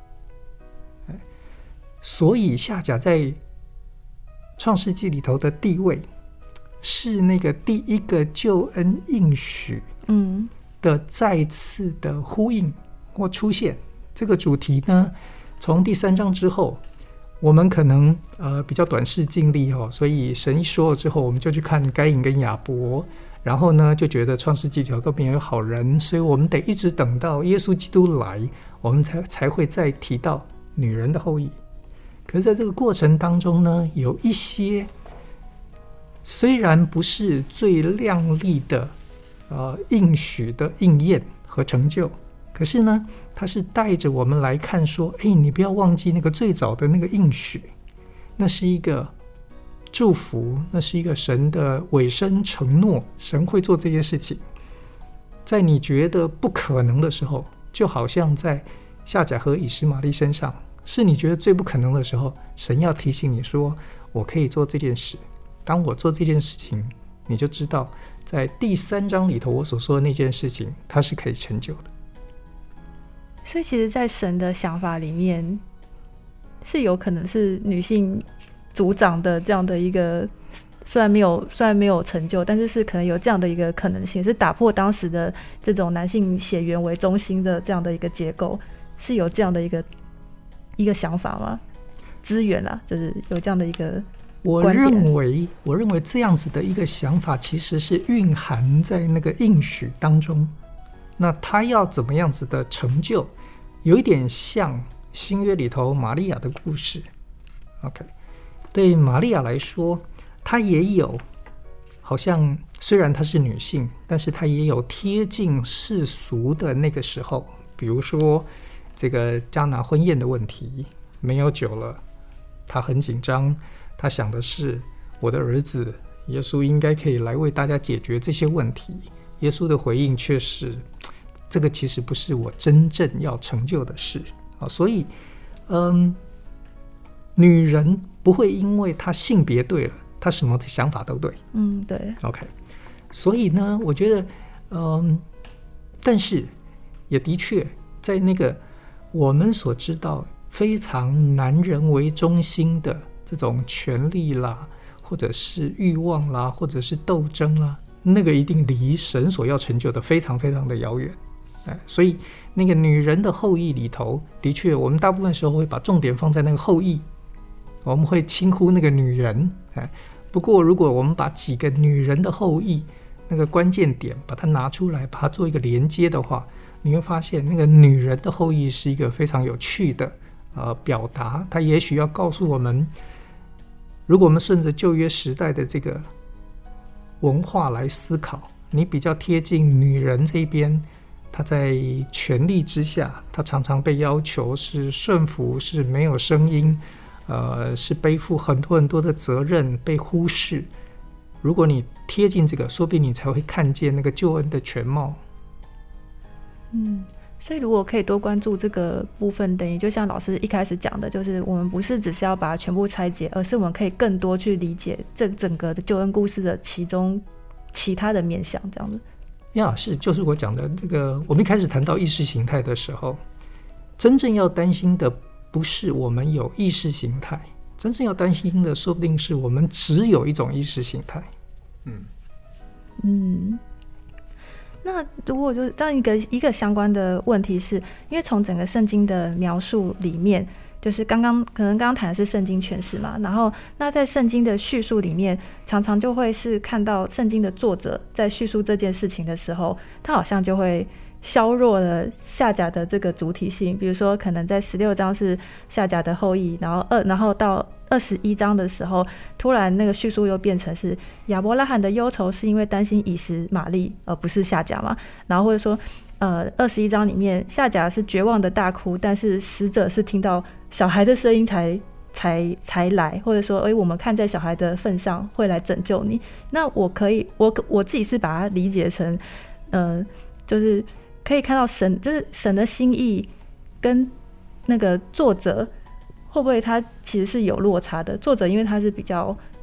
所以夏甲在创世纪里头的地位是那个第一个救恩应许的再次的呼应或出现。这个主题呢，从第三章之后我们可能呃比较短视近利哦，所以神一说了之后我们就去看该隐跟亚伯，然后呢就觉得创世纪里头都没有好人，所以我们得一直等到耶稣基督来，我们才才会再提到女人的后裔。可是在这个过程当中呢，有一些虽然不是最亮丽的呃应许的应验和成就，可是呢它是带着我们来看说，哎，你不要忘记那个最早的那个应许，那是一个祝福，那是一个神的委身承诺，神会做这些事情。在你觉得不可能的时候，就好像在夏甲和以实玛利身上，是你觉得最不可能的时候，神要提醒你说，我可以做这件事。当我做这件事情，你就知道在第三章里头我所说的那件事情，它是可以成就的。 所以其实在神的想法里面，是有可能是女性族长的这样的一个，虽然没有虽然没有成就，但是是可能有这样的一个可能性，是打破当时的这种男性血缘为中心的这样的一个结构，是有这样的一个一个想法吗？资源啊，就是有这样的一个我认为我认为这样子的一个想法其实是蕴含在那个应许当中。那他要怎么样子的成就，有一点像新约里头玛利亚的故事。 OK， 对玛利亚来说，她也有好像虽然她是女性，但是她也有贴近世俗的那个时候，比如说这个迦拿婚宴的问题，没有酒了，她很紧张，她想的是我的儿子耶稣应该可以来为大家解决这些问题。耶稣的回应却是，这个其实不是我真正要成就的事。所以嗯，女人不会因为她性别对了，她什么想法都对。 嗯，对。 OK， 所以呢我觉得嗯，但是也的确在那个我们所知道非常男人为中心的这种权力啦，或者是欲望啦，或者是斗争啦，那个一定离神所要成就的非常非常的遥远。所以那个女人的后裔里头，的确我们大部分时候会把重点放在那个后裔，我们会轻忽那个女人。不过如果我们把几个女人的后裔那个关键点把它拿出来，把它做一个连接的话，你会发现那个女人的后裔是一个非常有趣的呃表达。它也许要告诉我们，如果我们顺着旧约时代的这个文化来思考，你比较贴近女人这边，她在权力之下，她常常被要求是顺服，是没有声音，呃，是背负很多很多的责任，被忽视。如果你贴近这个，说不定你才会看见那个救恩的全貌。 嗯，所以如果可以多关注这个部分，等于就像老师一开始讲的，就是我们不是只是要把它全部拆解，而是我们可以更多去理解这整个的救恩故事的其中其他的面向，这样子。 呀，是，就是我讲的这个，我们一开始谈到意识形态的时候，真正要担心的不是我们有意识形态，真正要担心的说不定是我们只有一种意识形态。 嗯嗯，那如果就当一个一个相关的问题是，因为从整个圣经的描述里面，就是刚刚可能刚刚谈的是圣经诠释嘛，然后那在圣经的叙述里面，常常就会是看到圣经的作者在叙述这件事情的时候，他好像就会削弱了夏甲的这个主体性。比如说可能在十六章是夏甲的后裔，然后二然后到二十一章的时候，突然那个叙述又变成是亚伯拉罕的忧愁是因为担心以实玛利而不是夏甲嘛，然后或者说呃，二十一章里面夏甲是绝望的大哭，但是使者是听到小孩的声音才才才来，或者说哎，我们看在小孩的份上会来拯救你。那我可以我我自己是把它理解成呃，就是可以看到神就是神的心意跟那个作者会不会他其实是有落差的。作者因为他是比较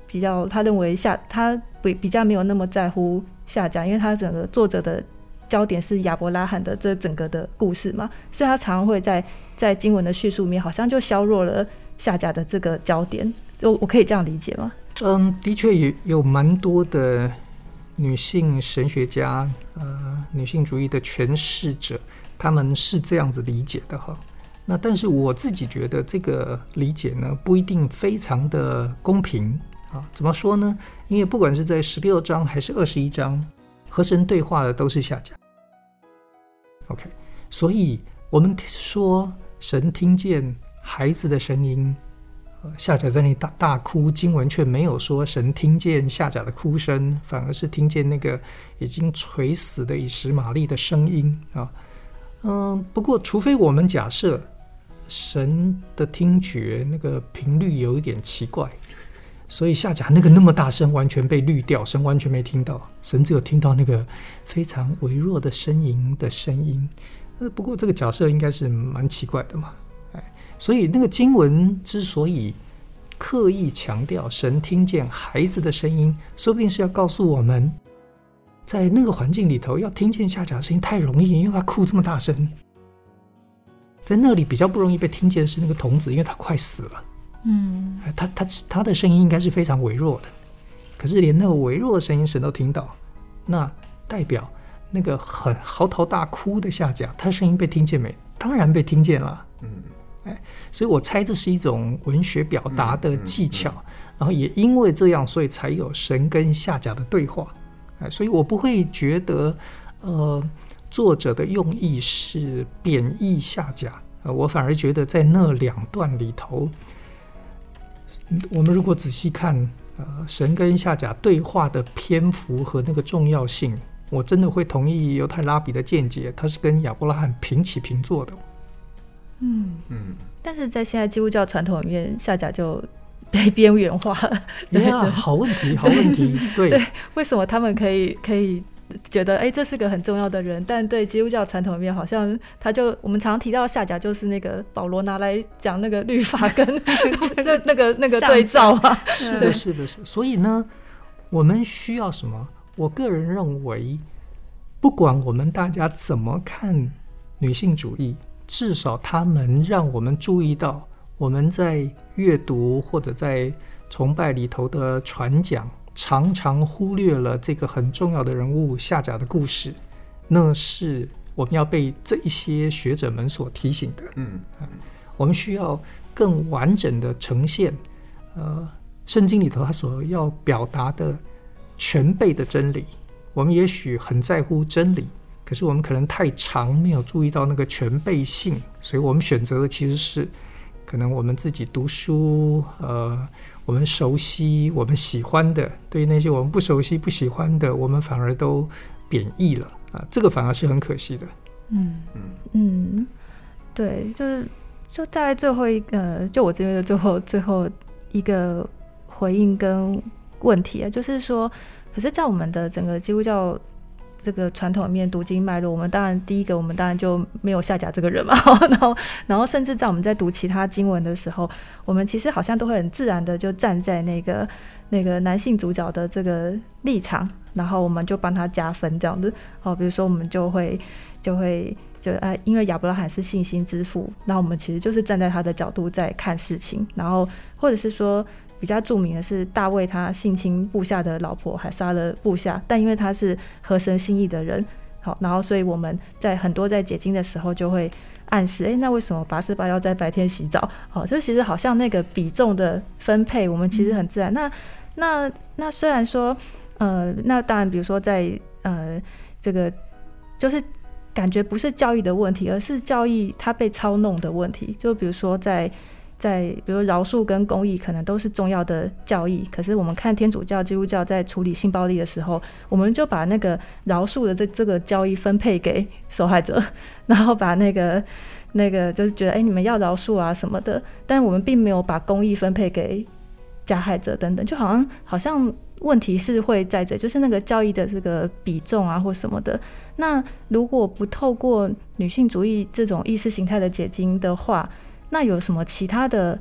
比较他认为下他比比较没有那么在乎夏甲，因为他整个作者的焦点是亚伯拉罕的这整个的故事嘛，所以他常常会在在经文的叙述里面好像就削弱了夏甲的这个焦点。我我可以这样理解吗？ 嗯，的确有有蛮多的女性神学家，呃，女性主义的诠释者，他们是这样子理解的哈。那但是我自己觉得这个理解呢，不一定非常的公平啊。怎么说呢？因为不管是在十六章还是二十一章，和神对话的都是夏甲。OK， 所以我们说神听见孩子的声音，呃、夏甲在那里 大, 大哭，经文却没有说神听见夏甲的哭声，反而是听见那个已经垂死的以实玛利的声音啊。嗯，不过除非我们假设神的听觉那个频率有一点奇怪，所以夏甲那个那么大声完全被滤掉，神完全没听到，神只有听到那个非常微弱的呻吟的声音。不过这个假设应该是蛮奇怪的嘛，所以那个经文之所以刻意强调神听见孩子的声音，说不定是要告诉我们，在那个环境里头要听见夏甲的声音太容易，因为他哭这么大声。在那里比较不容易被听见是那个童子，因为他快死了。嗯，他他他的声音应该是非常微弱的，可是连那个微弱的声音神都听到，那代表那个很嚎啕大哭的夏甲，他的声音被听见没？当然被听见了。嗯，哎，所以我猜这是一种文学表达的技巧，嗯嗯嗯、然后也因为这样，所以才有神跟夏甲的对话。哎，所以我不会觉得，呃，作者的用意是贬义夏甲，呃，我反而觉得在那两段里头。我们如果仔细看，呃，神跟夏甲对话的篇幅和那个重要性，我真的会同意犹太拉比的见解，他是跟亚伯拉罕平起平坐的。 嗯嗯，但是在现在基督教传统里面，夏甲就被边缘化了。 对呀，好问题，好问题。对， 对，为什么他们可以可以觉得，哎，这是个很重要的人，但对基督教传统里面，好像他就我们常常提到夏甲就是那个保罗拿来讲那个律法跟那那个那个对照啊。 是的，是的，是的。所以呢，我们需要什么？我个人认为，不管我们大家怎么看女性主义，至少他们让我们注意到，我们在阅读或者在崇拜里头的传讲，常常忽略了这个很重要的人物夏甲的故事，那是我们要被这一些学者们所提醒的。嗯，我们需要更完整的呈现，呃，圣经里头他所要表达的全备的真理。我们也许很在乎真理，可是我们可能太长没有注意到那个全备性，所以我们选择的其实是可能我们自己读书，呃，我们熟悉我们喜欢的，对于那些我们不熟悉不喜欢的，我们反而都贬义了啊，这个反而是很可惜的。嗯嗯嗯，对，就是就大概最后一个，呃，就我这边的最后最后一个回应跟问题啊，就是说，可是在我们的整个基督教这个传统里面读经脉络，我们当然第一个我们当然就没有夏甲这个人嘛，然后然后甚至在我们在读其他经文的时候，我们其实好像都会很自然的就站在那个那个男性主角的这个立场，然后我们就帮他加分这样子。好，比如说我们就会就会就呃，因为亚伯拉罕是信心之父，那我们其实就是站在他的角度在看事情，然后或者是说比较著名的是大卫他性侵部下的老婆，还杀了部下，但因为他是合神心意的人，好，然后所以我们在很多在解经的时候就会暗示，哎，那为什么拔示巴要在白天洗澡？好，就其实好像那个比重的分配，我们其实很自然。嗯、那那那虽然说，呃，那当然，比如说在呃这个就是感觉不是教义的问题，而是教义它被操弄的问题。就比如说在在比如饶恕跟公义可能都是重要的教义，可是我们看天主教基督教在处理性暴力的时候，我们就把那个饶恕的这这个教义分配给受害者，然后把那个那个就是觉得哎你们要饶恕啊什么的，但我们并没有把公义分配给加害者等等，就好像好像问题是会在这，就是那个教义的这个比重啊或什么的。那如果不透过女性主义这种意识形态的解经的话，那有什么其他的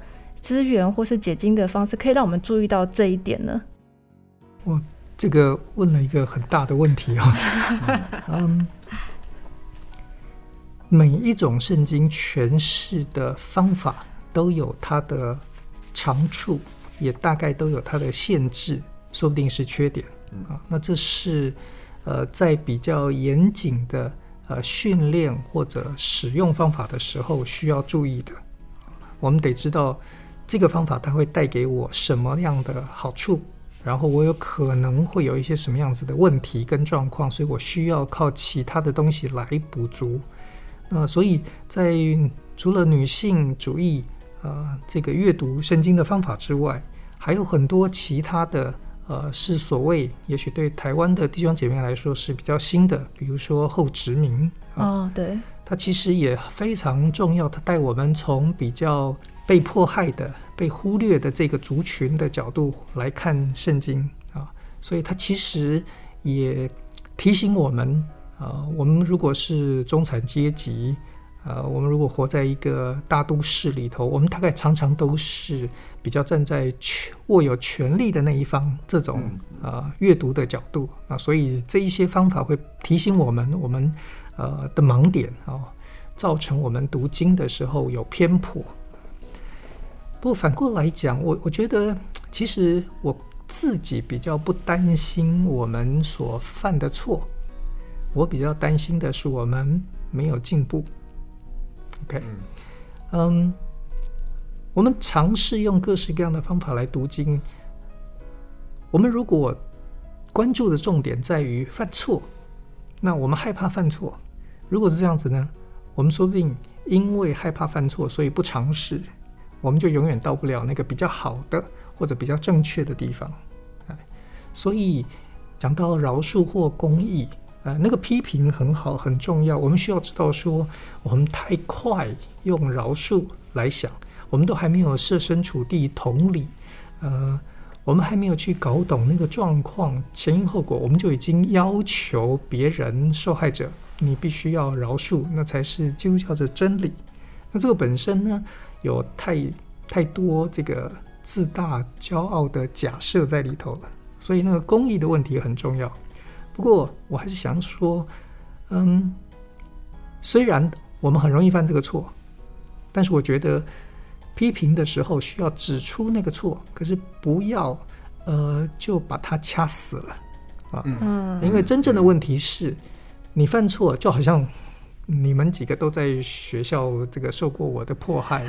资源或是解经的方式可以让我们注意到这一点呢？ 我这个问了一个很大的问题啊、哦。嗯，每一种圣经诠释的方法都有它的长处，也大概都有它的限制，说不定是缺点啊。那这是呃在比较严谨的呃训练或者使用方法的时候需要注意的。我们得知道这个方法它会带给我什么样的好处，然后我有可能会有一些什么样子的问题跟状况，所以我需要靠其他的东西来补足。呃，所以在除了女性主义呃这个阅读圣经的方法之外，还有很多其他的呃是所谓也许对台湾的弟兄姐妹来说是比较新的，比如说后殖民、呃、 哦，对， 它其实也非常重要，它带我们从比较被迫害的、被忽略的这个族群的角度来看圣经啊，所以它其实也提醒我们，呃，我们如果是中产阶级，呃，我们如果活在一个大都市里头，我们大概常常都是比较站在握有权力的那一方，这种呃阅读的角度啊，所以这一些方法会提醒我们，我们。呃的盲点啊，造成我们读经的时候有偏颇。不过反过来讲，我我觉得其实我自己比较不担心我们所犯的错，我比较担心的是我们没有进步。OK， 嗯，我们尝试用各式各样的方法来读经，我们如果关注的重点在于犯错，那我们害怕犯错。如果是这样子呢，我们说不定因为害怕犯错，所以不尝试，我们就永远到不了那个比较好的或者比较正确的地方。所以讲到饶恕或公义，呃，那个批评很好很重要，我们需要知道说，我们太快用饶恕来想，我们都还没有设身处地同理，呃，我们还没有去搞懂那个状况前因后果，我们就已经要求别人受害者你必须要饶恕，那才是基督教的真理。那这个本身呢，有太太多这个自大骄傲的假设在里头了，所以那个公义的问题很重要。不过我还是想说，嗯，虽然我们很容易犯这个错，但是我觉得批评的时候需要指出那个错，可是不要呃就把它掐死了啊，嗯，因为真正的问题是。你犯错就好像你们几个都在学校这个受过我的迫害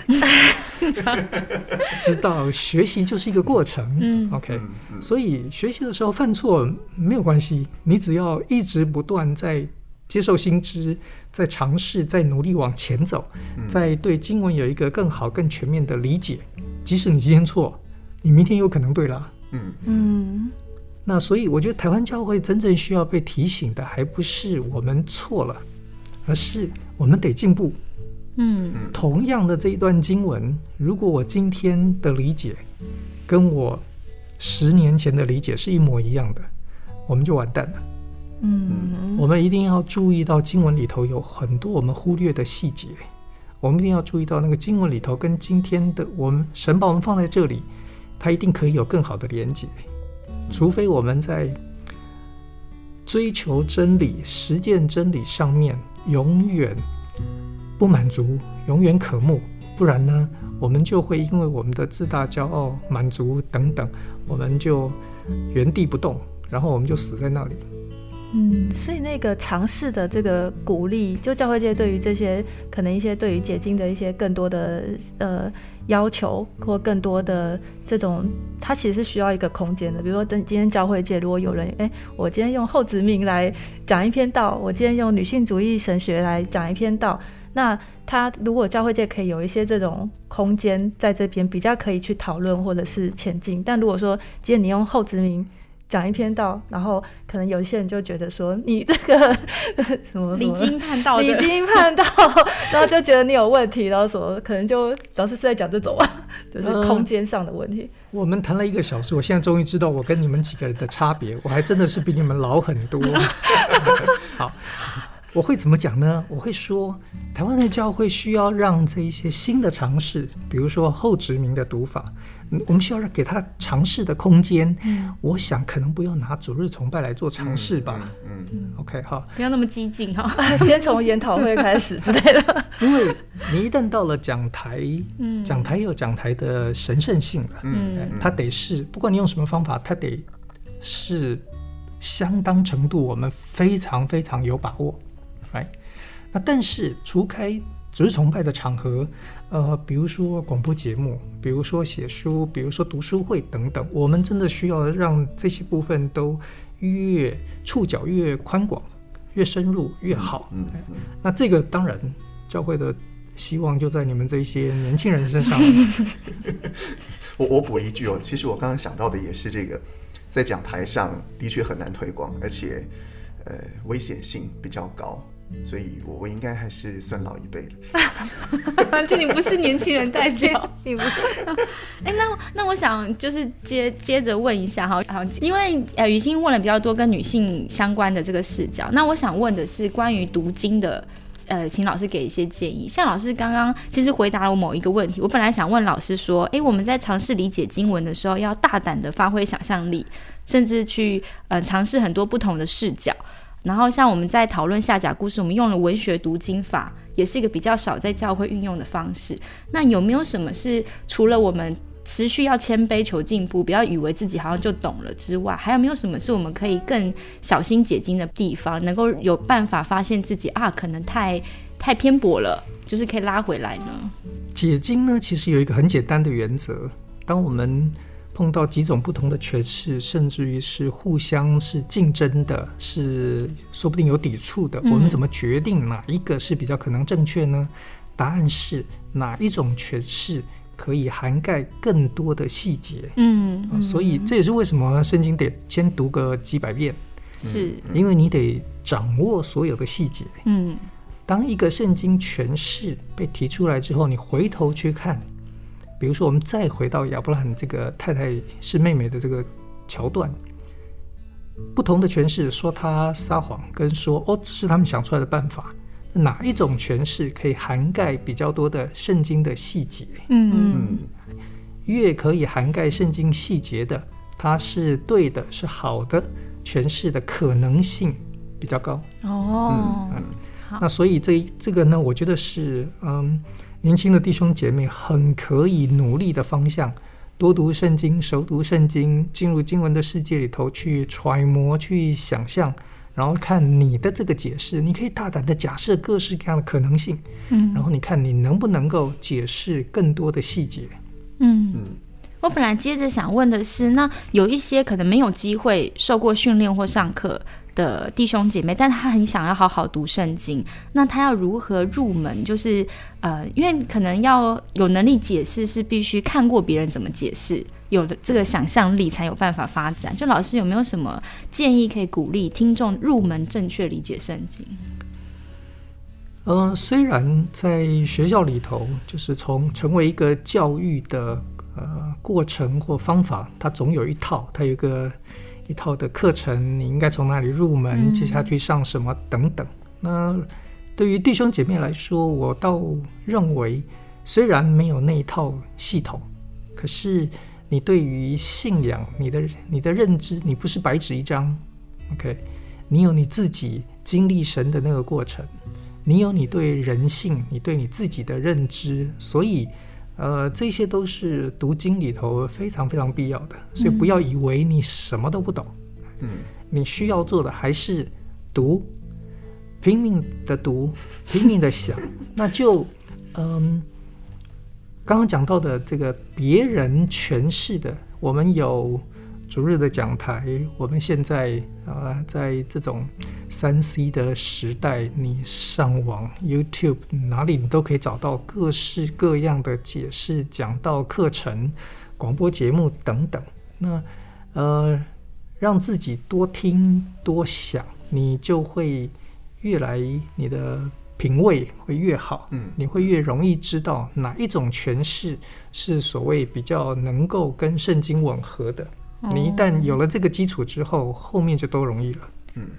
知道学习就是一个过程、嗯、OK、嗯、所以学习的时候犯错没有关系，你只要一直不断在接受新知，在尝试，在努力往前走，在对经文有一个更好更全面的理解，即使你今天错，你明天有可能对啦。嗯嗯，那所以我觉得台湾教会真正需要被提醒的还不是我们错了，而是我们得进步。嗯，同样的这一段经文，如果我今天的理解跟我十年前的理解是一模一样的，我们就完蛋了。嗯，我们一定要注意到经文里头有很多我们忽略的细节，我们一定要注意到那个经文里头跟今天的我们神把我们放在这里，它一定可以有更好的连结。除非我们在追求真理、实践真理上面永远不满足，永远渴慕，不然呢，我们就会因为我们的自大、骄傲、满足等等，我们就原地不动，然后我们就死在那里。 嗯，所以那个尝试的这个鼓励，就教会界对于这些可能一些对于解经的一些更多的呃要求，或更多的这种，它其实是需要一个空间的。比如说，等今天教会界如果有人，哎，我今天用后殖民来讲一篇道，我今天用女性主义神学来讲一篇道，那他如果教会界可以有一些这种空间在这边，比较可以去讨论或者是前进。但如果说今天你用后殖民讲一篇道，然后可能有些人就觉得说你这个什么离经叛道的离经叛道然后就觉得你有问题，然后什么可能就老师是在讲这种啊，就是空间上的问题、呃、 我们谈了一个小时，我现在终于知道我跟你们几个人的差别，我还真的是比你们老很多好， 我会怎么讲呢？我会说，台湾的教会需要让这一些新的尝试，比如说后殖民的读法，我们需要给他尝试的空间。嗯，我想可能不要拿主日崇拜来做尝试吧。嗯, 嗯, 嗯 ，OK 好， 不要那么激进哈， 先从研讨会开始之类的。 因为你一旦到了讲台，嗯，讲台有讲台的神圣性了，嗯，它得是，不管你用什么方法，它得是相当程度我们非常非常有把握。Right? 那但是除开主日崇拜的场合，呃，比如说广播节目，比如说写书，比如说读书会等等，我们真的需要让这些部分都越触角越宽广，越深入越好。嗯嗯嗯、那这个当然教会的希望就在你们这些年轻人身上。 我我补一句哦，其实我刚刚想到的也是这个，在讲台上的确很难推广，而且呃危险性比较高。所以我我应该还是算老一辈的。就你不是年轻人代表。你不哎，那那我想就是接接着问一下哈，因为呃雨欣问了比较多跟女性相关的这个视角，那我想问的是关于读经的，呃，请老师给一些建议。像老师刚刚其实回答了我某一个问题，我本来想问老师说，哎，我们在尝试理解经文的时候，要大胆的发挥想象力，甚至去呃尝试很多不同的视角。然后像我们在讨论下甲故事，我们用了文学读经法，也是一个比较少在教会运用的方式。那有没有什么是除了我们持续要谦卑求进步，不要以为自己好像就懂了之外，还有没有什么是我们可以更小心解经的地方，能够有办法发现自己啊可能太太偏颇了，就是可以拉回来呢？ 解经呢，其实有一个很简单的原则，当我们碰到几种不同的诠释，甚至于是互相是竞争的，是说不定有抵触的、嗯、我们怎么决定哪一个是比较可能正确呢？答案是哪一种诠释可以涵盖更多的细节。 嗯, 嗯所以这也是为什么圣经得先读个几百遍， 是因为你得掌握所有的细节。嗯，当一个圣经诠释被提出来之后，你回头去看，比如说我们再回到亚伯拉罕这个太太是妹妹的这个桥段，不同的诠释，说他撒谎跟说哦这是他们想出来的办法，哪一种诠释可以涵盖比较多的圣经的细节？嗯嗯，越可以涵盖圣经细节的，它是对的是好的诠释的可能性比较高。哦、嗯嗯、那所以这这个呢，我觉得是嗯年轻的弟兄姐妹很可以努力的方向，多读圣经，熟读圣经，进入经文的世界里头去揣摩，去想象，然后看你的这个解释，你可以大胆的假设各式各样的可能性，嗯，然后你看你能不能够解释更多的细节。 嗯嗯，我本来接着想问的是，那有一些可能没有机会受过训练或上课的弟兄姐妹，但他很想要好好读圣经，那他要如何入门？就是呃，因为可能要有能力解释，是必须看过别人怎么解释，有的这个想象力才有办法发展。就老师有没有什么建议可以鼓励听众入门正确理解圣经？ 呃，虽然在学校里头，就是从成为一个教育的呃过程或方法，它总有一套，它有一个一套的课程，你应该从哪里入门，嗯、接下去上什么等等。那对于弟兄姐妹来说，我倒认为，虽然没有那一套系统，可是你对于信仰，你的你的认知，你不是白纸一张 ，OK， 你有你自己经历神的那个过程，你有你对人性，你对你自己的认知，所以。呃，这些都是读经里头非常非常必要的，所以不要以为你什么都不懂。嗯，你需要做的还是读，拼命的读，拼命的想。那就，嗯，刚刚讲到的这个别人诠释的，我们有主日的讲台，我们现在啊、呃，在这种三 C 的时代，你上网 YouTube 哪里你都可以找到各式各样的解释、讲道课程、广播节目等等。那呃，让自己多听多想，你就会越来你的品味会越好，嗯，你会越容易知道哪一种诠释是所谓比较能够跟圣经吻合的。你一旦有了这个基础之后，后面就都容易了。嗯，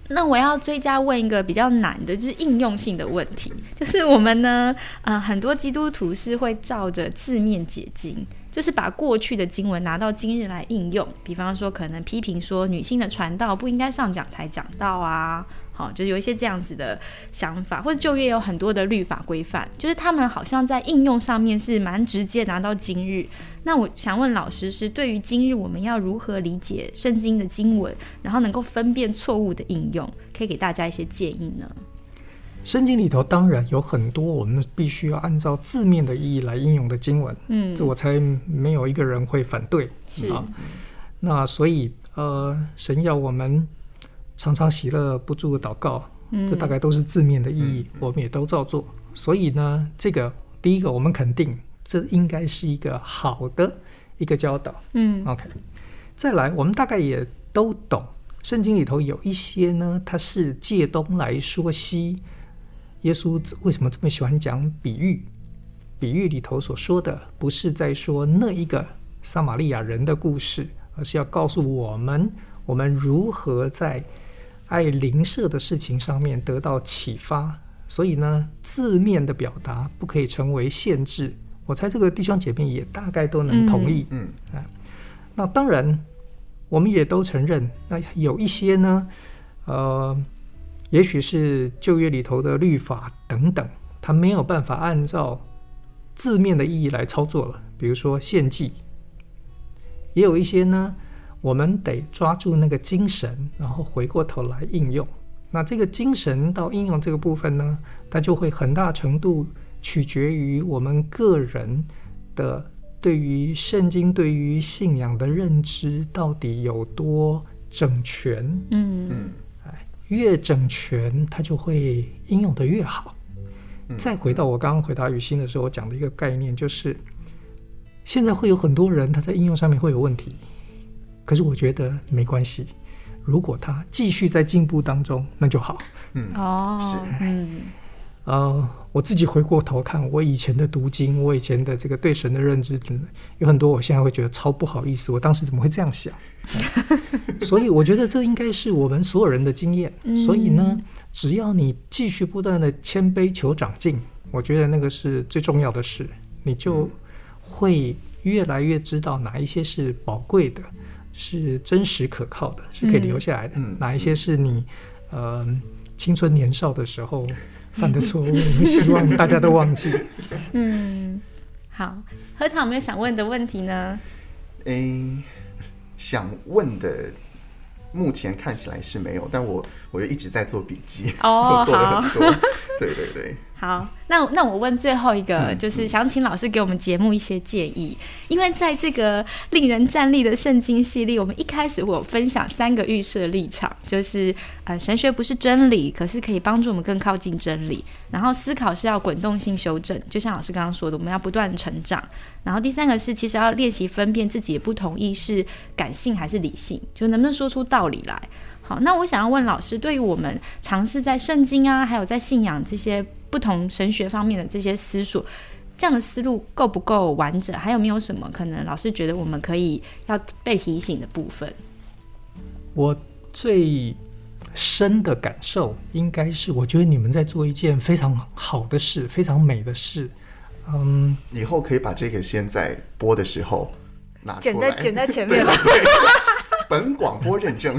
那我要追加问一个比较难的，就是应用性的问题，就是我们呢，呃，很多基督徒是会照着字面解经，就是把过去的经文拿到今日来应用，比方说可能批评说女性的传道不应该上讲台讲道啊，好，就是有一些这样子的想法，或者旧约有很多的律法规范，就是他们好像在应用上面是蛮直接拿到今日。那我想问老师，是对于今日我们要如何理解圣经的经文，然后能够分辨错误的应用，可以给大家一些建议呢？ 圣经里头当然有很多我们必须要按照字面的意义来应用的经文，嗯，这我猜没有一个人会反对， 是啊。那所以呃，神要我们常常喜乐不住的祷告，嗯，这大概都是字面的意义，嗯，我们也都照做。所以呢，这个第一个我们肯定这应该是一个好的一个教导，嗯 ，OK。再来，我们大概也都懂，圣经里头有一些呢，它是借东来说西。耶稣为什么这么喜欢讲比喻？比喻里头所说的不是在说那一个撒玛利亚人的故事，而是要告诉我们，我们如何在爱邻舍的事情上面得到启发。所以呢，字面的表达不可以成为限制。我猜这个弟兄姐妹也大概都能同意。嗯，嗯啊，那当然，我们也都承认，那有一些呢，呃。也许是旧约里头的律法等等，它没有办法按照字面的意义来操作了。比如说献祭，也有一些呢，我们得抓住那个精神，然后回过头来应用。那这个精神到应用这个部分呢，它就会很大程度取决于我们个人的对于圣经、对于信仰的认知到底有多整全。嗯嗯。越整全，它就会应用的越好。嗯、再回到我刚刚回答雨欣的时候，我讲的一个概念，就是现在会有很多人他在应用上面会有问题，可是我觉得没关系，如果他继续在进步当中，那就好。嗯，哦，是，嗯，呃，我自己回过头看我以前的读经，我以前的这个对神的认知，有很多我现在会觉得超不好意思，我当时怎么会这样想？所以我觉得这应该是我们所有人的经验，嗯，所以呢，只要你继续不断的谦卑求长进，我觉得那个是最重要的事，你就会越来越知道哪一些是宝贵的，是真实可靠的，是可以留下来的，嗯，哪一些是你呃青春年少的时候犯的错误，我们希望大家都忘记。 嗯，好，核桃有没有想问的问题呢？ 诶，想问的目前看起来是没有，但我我就一直在做笔记，哦，我做了很多。对对对。 好，那那我问最后一个，就是想请老师给我们节目一些建议，因为在这个令人站立的圣经系列，我们一开始我有分享三个预设立场，就是呃神学不是真理，可是可以帮助我们更靠近真理，然后思考是要滚动性修正，就像老师刚刚说的，我们要不断成长，然后第三个是其实要练习分辨自己的不同意是感性还是理性，就能不能说出道理来。好，那我想要问老师，对于我们尝试在圣经啊，还有在信仰这些不同神学方面的这些思索，这样的思路够不够完整？还有没有什么可能老师觉得我们可以要被提醒的部分？ 我最深的感受应该是，我觉得你们在做一件非常好的事，非常美的事。嗯， 以后可以把这个先在播的时候拿出来， 卷在卷在前面。 本广播认证。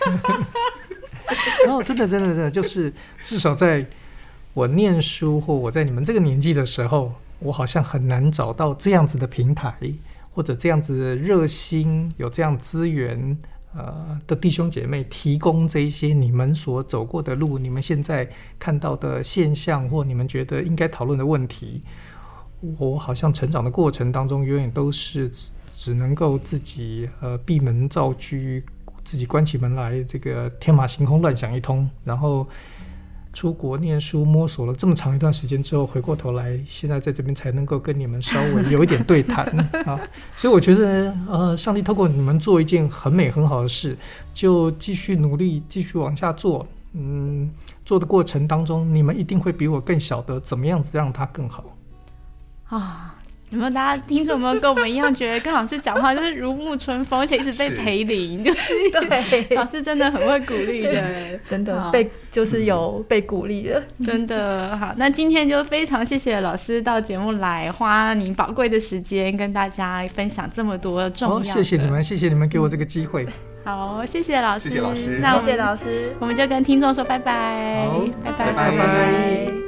然后真的真的真的就是至少在我念书或我在你们这个年纪的时候，我好像很难找到这样子的平台，或者这样子的热心有这样资源呃的弟兄姐妹提供这一些你们所走过的路，你们现在看到的现象，或你们觉得应该讨论的问题。我好像成长的过程当中永远都是只能够自己呃闭门造车，自己关起门来这个天马行空乱想一通，然后出国念书摸索了这么长一段时间之后，回过头来现在在这边才能够跟你们稍微有一点对谈啊，所以我觉得呃上帝透过你们做一件很美很好的事，就继续努力继续往下做，嗯，做的过程当中你们一定会比我更晓得怎么样子让它更好啊。 有没有大家听众有没有跟我们一样觉得跟老师讲话就是如沐春风，而且一直被陪领，就是对老师真的很会鼓励的， 真的被就是有被鼓励的， 真的好。那今天就非常谢谢老师到节目来，花您宝贵的时间跟大家分享这么多重要的、哦、 谢谢你们，谢谢你们给我这个机会。 好，谢谢老师， 谢谢老师， 那谢谢老师， 我们就跟听众说拜拜， 好， 拜拜， 拜拜。